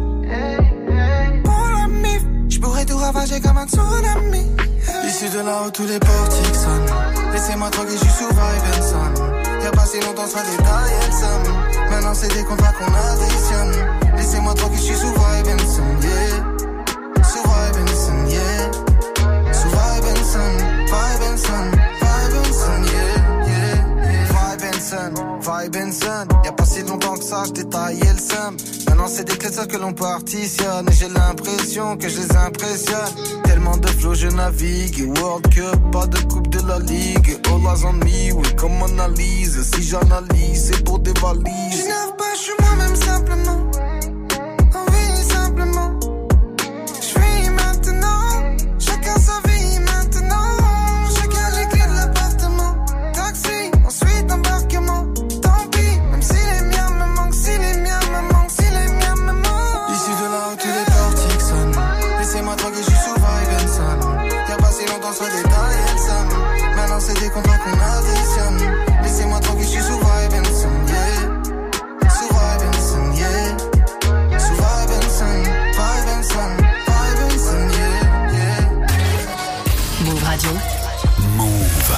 Speaker 20: lit. Pour la mif, j'pourrais tout ravager comme un tsunami. Issu de là où tous les portiques sonnent. Laissez-moi tranquille, j'suis sous Vibe & Sun. Y'a pas si longtemps ça détaille le somme. Maintenant c'est des contrats qu'on additionne. Laissez-moi tranquille, j'suis sous Vibe & Sun, yeah. Sous Vibe & Sun, yeah. Sous Vibe & Sun, Vibe & Sun, Vibe & Sun, yeah, yeah, yeah. Vibe & Sun, Vibe & Sun. Y'a pas si longtemps que ça, j'détaillais le somme. Maintenant c'est des clés que l'on partitionne. Et j'ai l'impression que je les impressionne. Tellement de flow je navigue. World Cup, pas de coupe de la ligue. All eyes on me, oui comme analyse. Si j'analyse, c'est pour des valises. J'nerve pas, j'suis moi-même simplement. Envie simplement. J'vis maintenant. Chacun sa vie maintenant. Chacun les clés de l'appartement. Taxi, ensuite embarquement. Tant pis, même si les miens me manquent. Si les miens me manquent, si les miens me manquent. Issu de là où tous les portiques sonnent. Laissez-moi tranquille, j'suis sous Vibe & Sun. Y'a pas si longtemps ça détaille le somme. Maintenant c'est des contrats qu'on additionne. Laissez-moi tranquille, j'suis sous Vibe & Sun, yeah. Sous Vibe & Sun, yeah. Sous Vibe & Sun, Vibe & Sun, Vibe & Sun, yeah, yeah.
Speaker 3: Move Radio.
Speaker 4: Move.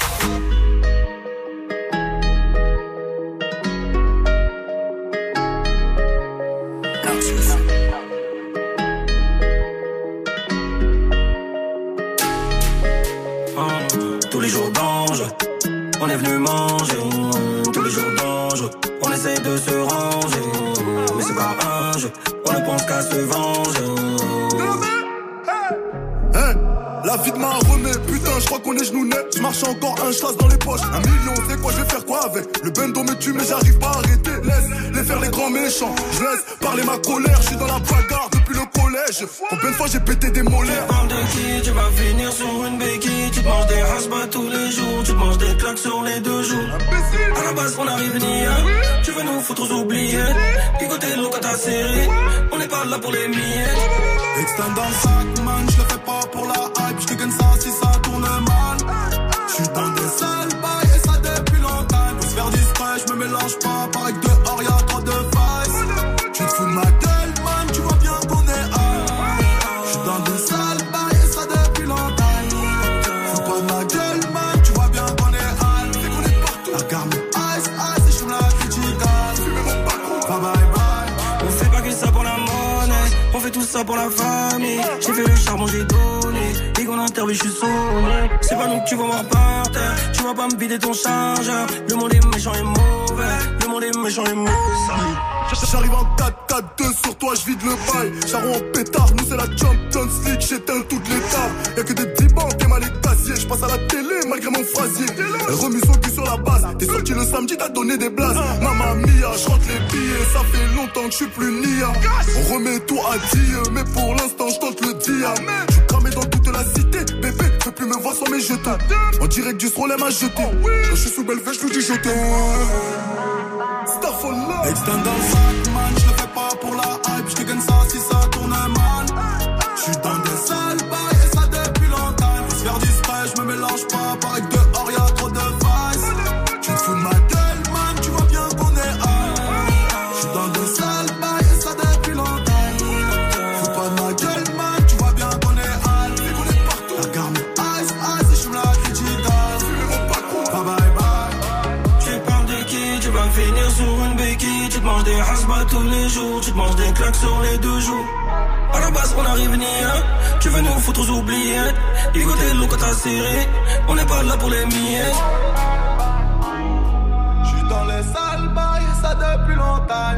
Speaker 20: Tous les jours d'ange, on est venu manger. Tous les jours d'ange, on essaie de se ranger. Mais c'est pas un jeu, on ne pense qu'à se venger.
Speaker 13: La vie de ma remet, putain, je crois qu'on est genoux nets. Je marche encore un chasse dans les poches. 1 million, c'est quoi, je vais faire quoi avec? Le bendo me tue, mais j'arrive pas à arrêter. Laisse les faire les grands méchants. Je laisse parler ma colère. Je suis dans la bagarre depuis le collège. Combien de fois j'ai pété des molaires?
Speaker 9: Tu parles de qui? Tu vas finir sur une béquille. Tu te manges des raspas tous les jours. Tu te manges des claques sur les 2 jours. À la base, on arrive ni hein. Tu veux nous foutre aux oubliettes. Picoter l'eau quand t'as serré. On n'est pas là pour les miettes.
Speaker 13: Extend dans le sac, man, je le fais pas pour la hype. Je te gagne ça si ça tourne mal. Je suis dans des sales bails et ça depuis longtemps. Faut se faire discret, je me mélange pas. Pareil que dehors y'a trop de vice. Tu te fous de ma gueule, man, tu vois bien qu'on est high. Je suis dans des sales bails et ça depuis longtemps. Fous pas de ma gueule, man, tu vois bien qu'on est high. Dès qu'on est partout, regarde mes ice, ice et je fume la critical. Fumez mon parcours, bye bye bye.
Speaker 9: On fait pas que ça pour la monnaie. On fait tout ça pour la famille. J'ai fait le charbon, j'ai donné. Dès qu'on interview, je suis sonné. C'est pas nous que tu vas voir par terre. Tu vas pas me vider ton chargeur. Le monde est méchant et mauvais. Le monde est méchant et mauvais.
Speaker 13: J'arrive en 4-4-2 sur toi, je vide le bail. Charron en pétard, nous c'est la Champions League. J'éteins toutes les tables. Y'a que des dibans qui mal les casiers. J'passe à la télé malgré mon phrasier. Elle remue son cul sur la base. T'es sorti le samedi, t'as donné des blases. Mamma mia, j'rentre les billets. Ça fait longtemps que j'suis plus nia. On remet tout à dire, mais pour l'instant j'tente le dia. J'suis cramé dans toute la cité. Bébé, fais plus me voir sans mes jetons. En direct du Srolem à jeter. Quand j'suis sous Bellevue, j'lui dis jeter. Extend dans le sac, man, je le fais pas pour la hype. Je te gagne ça si ça tourne mal. Je suis dans des sales bails et ça depuis longtemps. Faut se faire discret, je me mélange pas. Pareil que dehors y'a trop de vice. Tu te fous de ma gueule, man, tu vois bien qu'on est high. Je suis dans des sales bails et ça depuis longtemps. Fous pas de ma gueule, man, tu vois bien qu'on est high. Dès qu'on est partout, regarde mes ice, ice et je fume la critical. Fumez mon parcours, bye bye bye.
Speaker 9: Tu parles de qui? Tu vas finir sur une béquille. Tu te manges des raspas tous les jours. Tu te manges des claques sur les 2 jours. À la base on arrive ni hein. Tu veux nous foutre aux oubliettes. Écoutez l'eau quand t'as serré. On n'est pas là pour les miettes.
Speaker 13: J'suis dans les sales bails et ça depuis longtemps.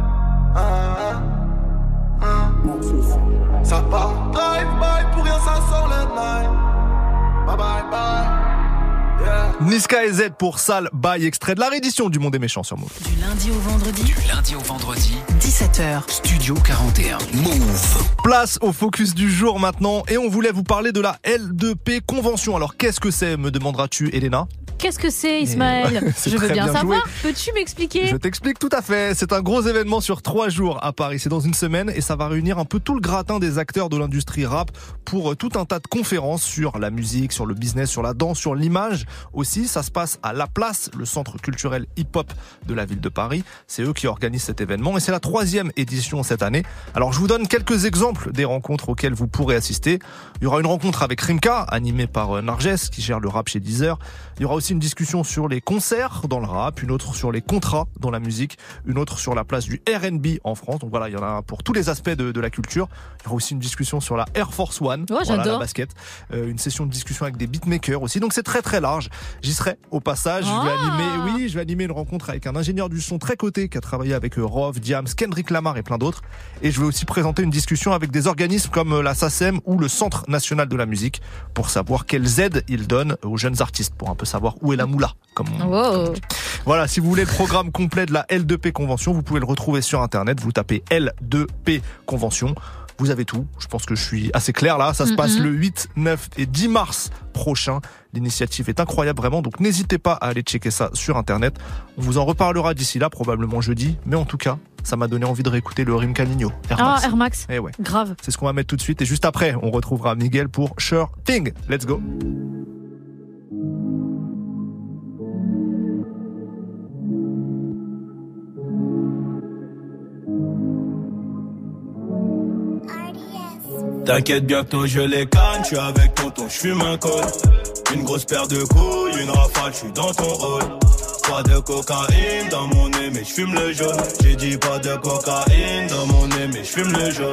Speaker 13: Ça part drive-by, pour rien ça sort le night. Bye bye bye. Yeah.
Speaker 1: Niska et Z pour Sale Bail, extrait de la réédition du Monde des Méchants sur Move.
Speaker 3: Du lundi au vendredi.
Speaker 4: 17h. Studio 41. Move.
Speaker 1: Place au focus du jour maintenant et on voulait vous parler de la L2P Convention. Alors qu'est-ce que c'est, me demanderas-tu, Elena?
Speaker 2: Qu'est-ce que c'est, Ismaël?
Speaker 1: C'est
Speaker 2: Je veux
Speaker 1: très
Speaker 2: bien savoir.
Speaker 1: joué.
Speaker 2: Peux-tu m'expliquer?
Speaker 1: Je t'explique tout à fait. C'est un gros événement sur 3 jours à Paris. C'est dans une semaine et ça va réunir un peu tout le gratin des acteurs de l'industrie rap pour tout un tas de conférences sur la musique, sur le business, sur la danse, sur l'image. Aussi, ça se passe à La Place, le centre culturel hip-hop de la ville de Paris. C'est eux qui organisent cet événement et c'est la 3e édition cette année. Alors, je vous donne quelques exemples des rencontres auxquelles vous pourrez assister. Il y aura une rencontre avec Rimka, animée par Narges, qui gère le rap chez Deezer. Il y aura aussi une discussion sur les concerts dans le rap, une autre sur les contrats dans la musique, une autre sur la place du R&B en France. Donc voilà, il y en a pour tous les aspects de la culture. Il y aura aussi une discussion sur la Air Force One,
Speaker 2: voilà,
Speaker 1: la basket. Une session de discussion avec des beatmakers aussi. Donc c'est très très large. J'y serai au passage. Je vais animer une rencontre avec un ingénieur du son très coté qui a travaillé avec Rov, Diams, Kendrick Lamar et plein d'autres. Et je vais aussi présenter une discussion avec des organismes comme la SACEM ou le Centre National de la Musique pour savoir quelles aides ils donnent aux jeunes artistes, pour un peu savoir où est la moula, comme on dit. Voilà, si vous voulez le programme complet de la L2P Convention, vous pouvez le retrouver sur Internet. Vous tapez L2P Convention. Vous avez tout. Je pense que je suis assez clair là. Ça se passe le 8, 9 et 10 mars prochain. L'initiative est incroyable vraiment. Donc n'hésitez pas à aller checker ça sur Internet. On vous en reparlera d'ici là, probablement jeudi. Mais en tout cas, ça m'a donné envie de réécouter le Rimka Nino. Air Max.
Speaker 2: Air Max.
Speaker 1: Eh ouais.
Speaker 2: Grave.
Speaker 1: C'est ce qu'on va mettre tout de suite. Et juste après, on retrouvera Miguel pour Sure Thing. Let's go.
Speaker 16: T'inquiète bientôt je les canne, je suis avec tonton, je fume un col. Une grosse paire de couilles, une rafale, je suis dans ton rôle. Pas de cocaïne dans mon nez mais je fume le jaune. J'ai dit pas de cocaïne dans mon nez mais je fume le jaune.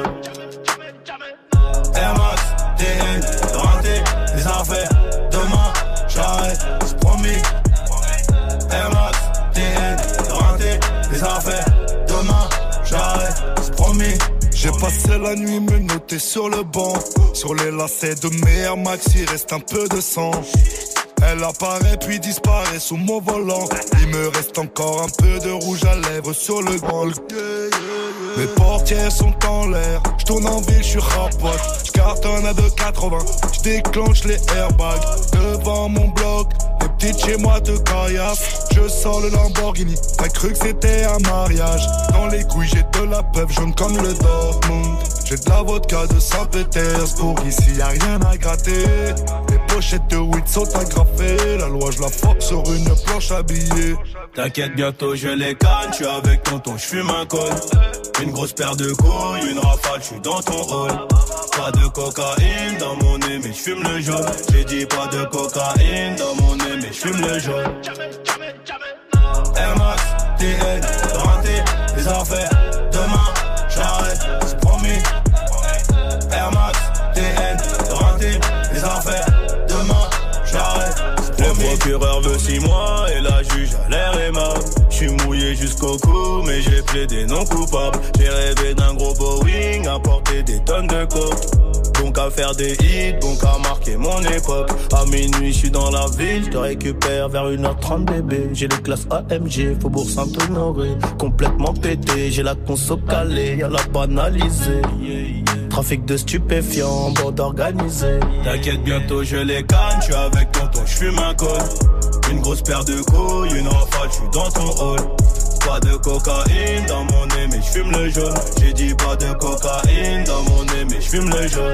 Speaker 16: Air Max, TN, rentré, les affaires, demain, j'arrête, c'est promis. Air Max, TN, rentré, les affaires, demain, j'arrête, c'est promis.
Speaker 13: J'ai passé la nuit me noter sur le banc. Sur les lacets de mes Air Max, il reste un peu de sang. Elle apparaît puis disparaît sous mon volant. Il me reste encore un peu de rouge à lèvres sur le grand. Mes portières sont en l'air. J'tourne en ville, j'suis rapote. J'cartonne à 2,80. J'déclenche les airbags devant mon bloc. Les petites chez moi te caillassent. Je sors le Lamborghini. T'as cru que c'était un mariage. Dans les couilles j'ai de la peuple jaune comme le Dortmund. J'ai de la vodka de Saint-Pétersbourg. Ici y'a rien à gratter. Les pochettes de weed sont agrafées. La loi je la force sur une planche habillée.
Speaker 16: T'inquiète, bientôt je les canne. J'suis avec tonton, j'fume un col. Une grosse paire de couilles, une rafale, j'suis dans ton hall. Pas de cocaïne dans mon nez, mais j'fume le jaune. J'ai dit pas de cocaïne dans mon nez, mais j'fume le jaune. Air Max, TN, raté les affaires. Demain, j'arrête, c'est promis. Air Max, TN, raté les affaires. Demain, j'arrête, c'est promis. Le procureur veut 6 mois et la juge a l'air aimable. J'suis mouillé jusqu'au cou, mais j'ai plaidé non coupable. J'ai rêvé d'un gros Boeing, à porter des tonnes de coke. Donc à faire des hits, donc à marquer mon époque. À minuit, j'suis dans la ville, j'te récupère vers 1h30 bébé. J'ai les classes AMG, Faubourg Saint-Honoré. Complètement pété, j'ai la conso calée, y'a la banalisée. Trafic de stupéfiants, bande organisée. T'inquiète, bientôt je les canne, j'suis avec tonton, j'fume un col. Une grosse paire de couilles, une rafale, j'suis dans ton hall. Pas de cocaïne dans mon nez, mais j'fume le jaune. J'ai dit pas de cocaïne dans mon nez, mais j'fume le jaune.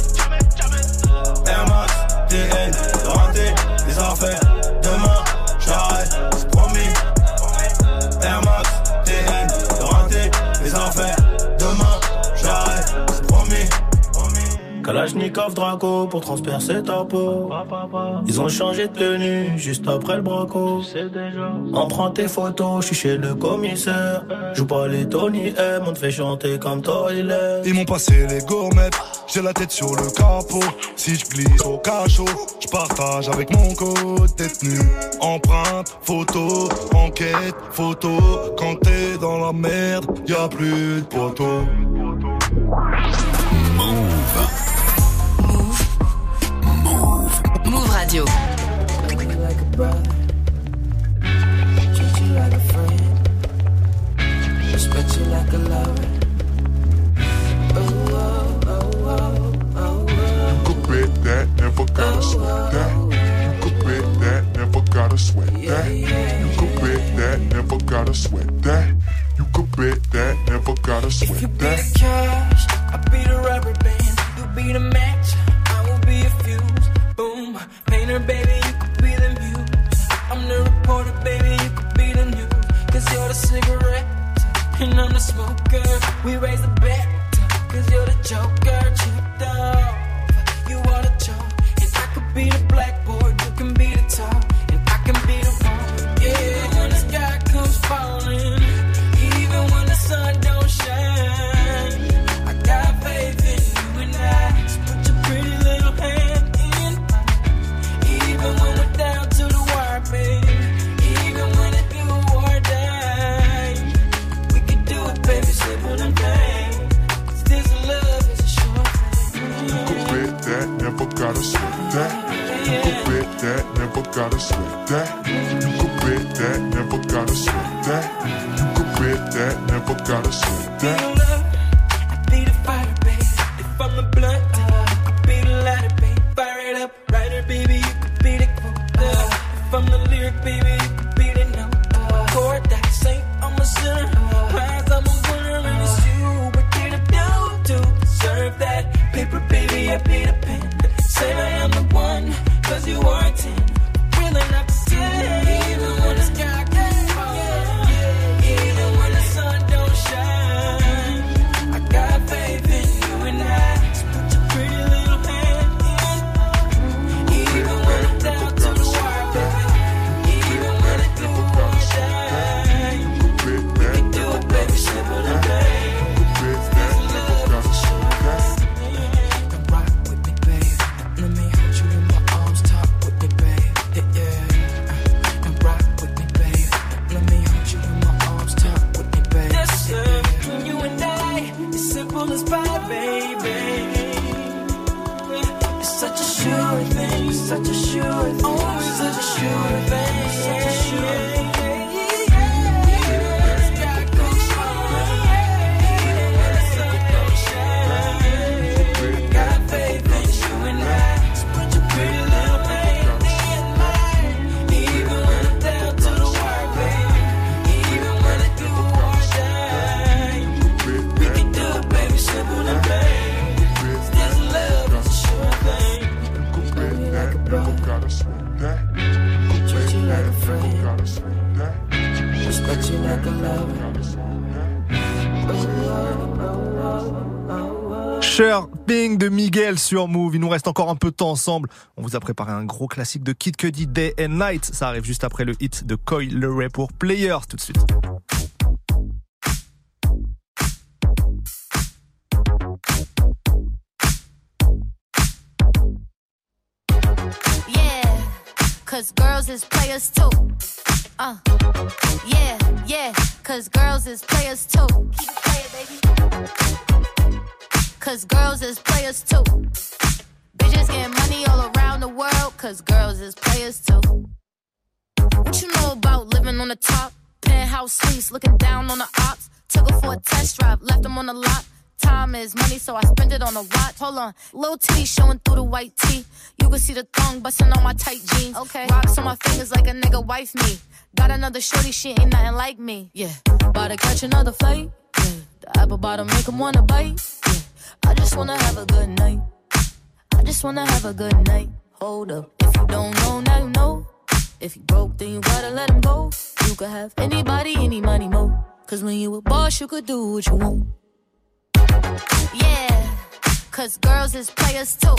Speaker 16: Air Max, TN, raté les affaires. Demain, j'arrête, c'est promis. Air Max, TN, raté les affaires. Demain, j'arrête, c'est promis. Kalachnikov Draco pour transpercer ta peau. Ils ont changé de tenue juste après le braco. Emprunte tes photos, j'suis chez le commissaire. Joue pas les Tony M, on te fait chanter comme Toilet.
Speaker 13: Ils m'ont passé les gourmettes, j'ai la tête sur le capot. Si je glisse au cachot, je partage avec mon code détenu. Empreinte, photo, enquête, photo. Quand t'es dans la merde, y'a plus de poteau.
Speaker 3: Move Radio.
Speaker 9: Respect you like a lover.
Speaker 15: You could bet that, never gotta sweat that. You could bet that, never gotta sweat that. You could bet that, never gotta sweat that. You could bet that, never gotta sweat that.
Speaker 9: If you be the cash, I'll be the rubber band. You be the match, I will be a fuse. Boom, painter, baby, you could be the muse. I'm the reporter, baby, you could be the news. Cause you're the cigarette, and I'm the smoker. We raise the bet, cause you're the joker. Chipped off, you are the chalk. And I could be the blackboard, you can be the top. And I can be the one, yeah. When the sky comes falling, even when the sun don't shine, I got faith in you and I. So put your pretty little hand in mine. Even when we're down to the wire, baby. Even when it's do or die, we can do it, baby, simple and plain. 'Cause this love is a short thing.
Speaker 15: You could bet that, never gotta sweat that. You could bet that, never gotta sweat that. You could bet that, never gotta sweat that. You could bet that, never gotta sweat that.
Speaker 9: I be the fire, baby. If I'm the blunt, I be the lighter, baby. Fire it up, writer, baby. You could be the quote. If I'm the lyric, baby, you could be the note. Chord that ain't I'm a sinner. Prize, I'm a winner, and it's you. What did I do to deserve that? Paper, baby, I be the pen. Say I am the one, 'cause you are a 10. Really not the 10. Even when the sky gets falling, even when the sun don't shine, I got faith in you and I. So put your pretty little hand in mine. Even when I'm down to the wire, baby. Even when it do or die, we can do it, baby, simple and plain. This love is a short thing. Come rock with me, babe. Let me hold you in my arms, talk with me, babe. Yeah, yeah. And full of pride, baby. It's such a sure thing, such a sure thing, always such a sure thing, such a sure thing.
Speaker 1: Cher Ping de Miguel sur Move. Il nous reste encore un peu de temps ensemble. On vous a préparé un gros classique de Kid Cudi, Day and Night. Ça arrive juste après le hit de Coi Leray pour Players tout de suite.
Speaker 21: Yeah, cause girls is players too. Yeah, cause girls is players too. Keep it playing, baby. Cause girls is players too. Bitches getting money all around the world, cause girls is players too. What you know about living on the top? Penthouse suites, looking down on the ops. Took her for a test drive, left them on the lot. Time is money, so I spend it on a watch. Hold on, little titty showing through the white tee. You can see the thong busting on my tight jeans. Okay, rocks on my fingers like a nigga wife me. Got another shorty, she ain't nothing like me. Yeah, about to catch another flight. Yeah, the apple bottom make him wanna bite. Yeah, I just wanna have a good night. I just wanna have a good night. Hold up, if you don't know, now you know. If you broke, then you gotta let him go. You could have anybody, any money, mo. Cause when you a boss, you could do what you want. Yeah, cause girls is players too.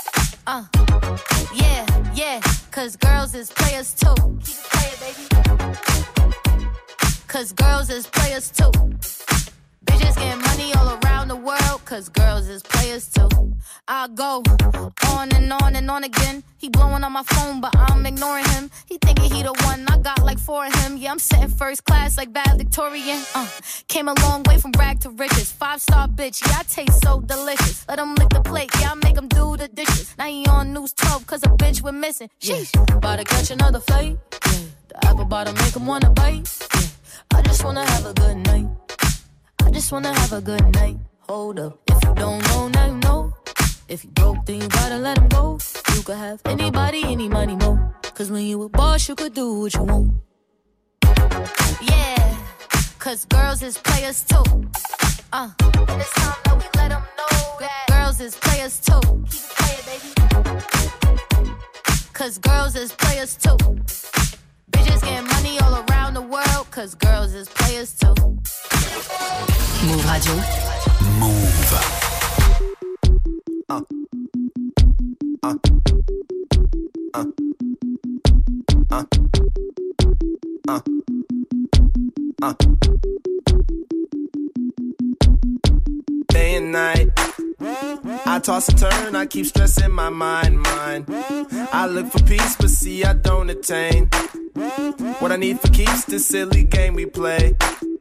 Speaker 21: Yeah, cause girls is players too. Keep it playing, baby. Cause girls is players too. Bitches getting money all around the world, cause girls is players too. I go on and on and on again. He blowing on my phone, but I'm ignoring him. He thinking he the one, I got like 4 of him. Yeah, I'm sitting first class like valedictorian. Came a long way from rag to riches. 5-star bitch, yeah, I taste so delicious. Let him lick the plate, yeah, I make him do the dishes. Now he on news 12, cause a bitch went missing. Sheesh, about to catch another flight. Yeah, the apple bottom make him wanna bite. Yeah, I just wanna have a good night. I just wanna have a good night. Hold up, if you don't know, now you know. If you broke, then you gotta let him go. You could have anybody, any money, mo. Cause when you a boss, you could do what you want. Yeah, cause girls is players too. And it's time that we let them know that girls is players too. Keep it playing, baby. Cause girls is players too. Bitches getting money all around the world, cause girls is players too.
Speaker 3: Move Radio.
Speaker 4: Move.
Speaker 22: Day and night, I toss and turn, I keep stressing my mind. I look for peace, but see I don't attain what I need for keeps this silly game we play.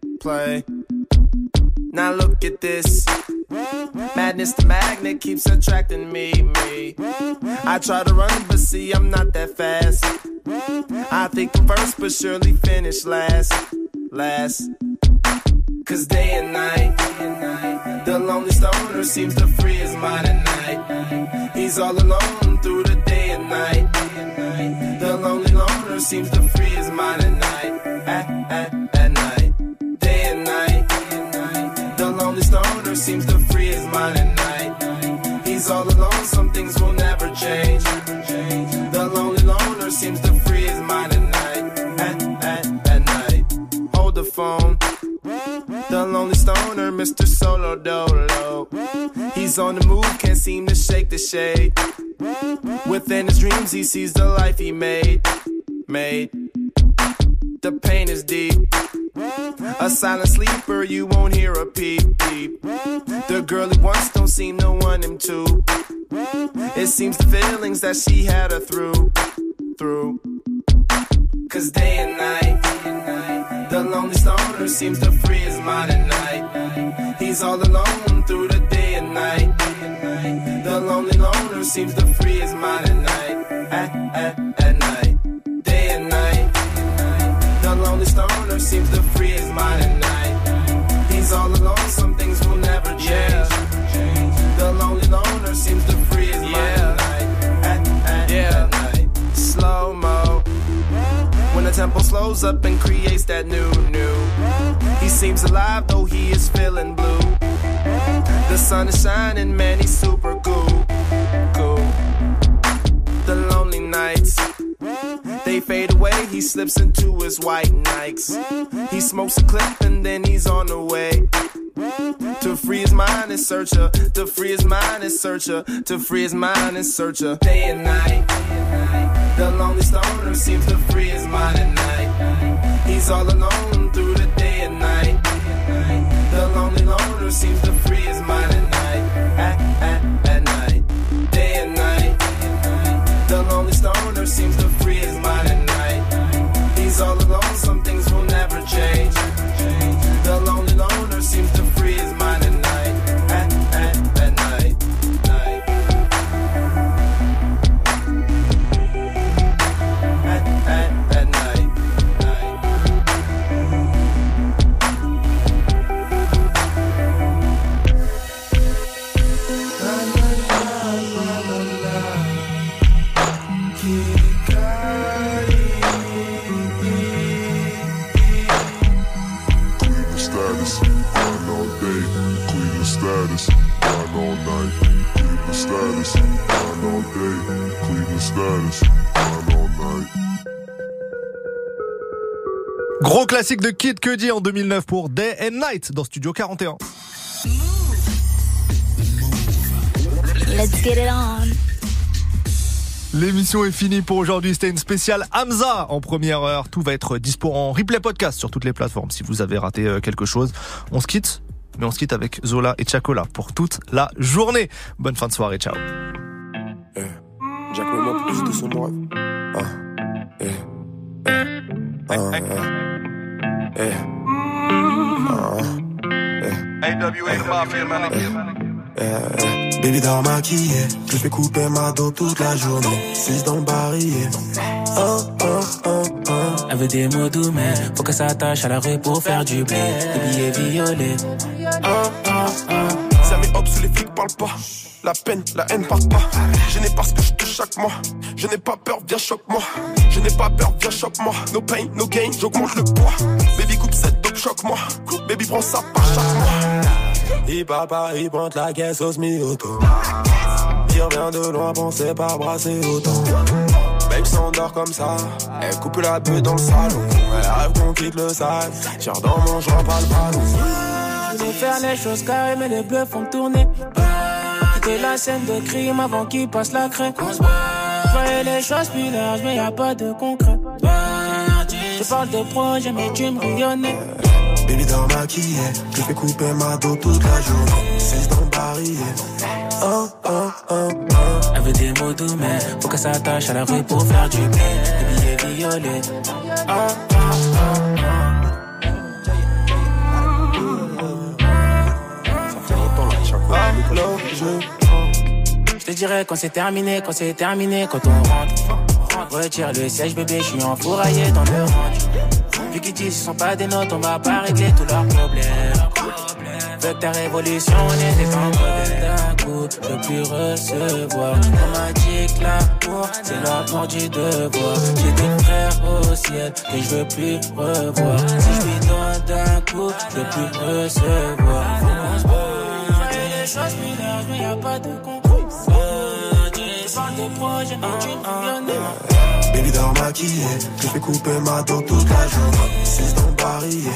Speaker 22: Now look at this. Madness, the magnet keeps attracting me. I try to run, but see I'm not that fast. I think I'm first, but surely finish last. Cause day and night, the lonely stoner seems to free his mind at night. He's all alone through the day and night. The lonely loner seems to free his mind at night. At night, day and night. The lonely stoner seems to free his mind at night. He's all alone, some things will never change. The lonely loner seems to free his mind at night. At night, hold the phone. The lonely stoner, Mr. Solo Dolo. He's on the move, can't seem to shake the shade. Within his dreams, he sees the life he made. The pain is deep. A silent sleeper, you won't hear a peep. The girl he wants don't seem to want him to. It seems the feelings that she had her through. Cause day and night, the lonely stoner seems to free his mind at night. He's all alone through the day and night. The lonely loner seems to free his mind at night. At night, day and night. The lonely stoner seems to free his mind at night. He's all alone, some things will never change. The lonely loner seems to free his mind at night. At night. Slow-mo. When the tempo slows up and creates that new. He seems alive though he is feeling blue. The sun is shining, man, he's super cool. The lonely nights, they fade away, he slips into his white Nikes. He smokes a clip and then he's on the way. To free his mind and searcher, to free his mind and searcher, to free his mind and searcher. Day and night, the lonely stoner seems to free his mind at night. He's all alone through the day and night. The lonely loner seems to free his mind at night. At night, day and night. The lonely stoner seems to free his mind at night. He's all alone, some things will never change. The lonely loner seems to free his mind at night. At night. At night.
Speaker 1: Gros classique de Kid Cudi en 2009 pour Day and Night dans Studio 41.
Speaker 2: Let's get it on.
Speaker 1: L'émission est finie pour aujourd'hui. C'était une spéciale Hamza en première heure. Tout va être dispo en replay podcast sur toutes les plateformes si vous avez raté quelque chose. On se quitte, mais on se quitte avec Zola et Chacola pour toute la journée. Bonne fin de soirée, ciao.
Speaker 8: Jack, mets-moi plus de son bref.
Speaker 20: Baby dort maquillé, je fais couper ma dos toute la journée. 6 dans le barillet.
Speaker 9: Elle veut des mots doux mais faut qu'elle s'attache à la rue pour faire du blé. Des billets violets.
Speaker 8: Ça met hop sous les flics parlent pas. La peine, la haine part pas. Je n'ai pas ce que je touche chaque mois. Je n'ai pas peur, viens choque-moi. Je n'ai pas peur, viens choque-moi. No pain, no gain, j'augmente le poids. Baby coupe cette dope, choque-moi. Baby prends ça par chaque mois. Il papa, il pointe la caisse au semi-auto. Il revient de loin, pensez pas brasser autant. Babe s'endort comme ça. Elle coupe la bulle dans le salon. Elle rêve qu'on quitte le sac. Tire dans mon joint, pas le ballon.
Speaker 9: Je veux faire les choses carrées mais les bleus font tourner. Quitter la scène de crime avant qu'il passe la craie. Je voyais les choses plus larges mais y'a pas de concret. Je parle de projet mais tu me rayonnais.
Speaker 20: Baby dort maquillé, je fais couper ma dos toute la journée. 6 dans le barillet.
Speaker 9: Elle veut des mots doux mais faut qu'elle s'attache à la rue pour faire du blé. Des billets violets. Je te dirais quand c'est terminé, quand on rentre. Retire le siège bébé, je suis enfouraillé dans le range. Vu qu'ils disent ce sont pas des notes, on va pas régler tous leurs problèmes. Veux que ta révolution, on était en modèle. D'un coup, je veux plus recevoir. On m'a dit que l'amour, c'est l'amour du devoir. J'ai des frères au ciel que je veux plus revoir. Si je lui donne d'un coup, je veux plus recevoir. Faut qu'on se bat. Les choses plus larges, mais y'a pas de concours. Je parle de projet, mais tu me
Speaker 20: Baby dort maquillé, je fais couper ma dos toute la journée. 6 dans le barillet.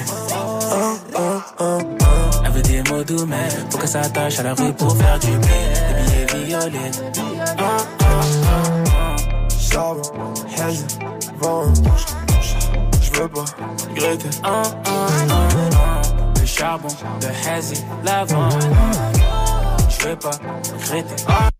Speaker 9: Elle veut des mots doux mais faut qu'elle s'attache à la rue pour faire du blé. Des billets violets.
Speaker 8: Charbon, hazy, vent. Je veux pas regretter.
Speaker 9: Le charbon, le hazy, l'avant. Je veux pas regretter.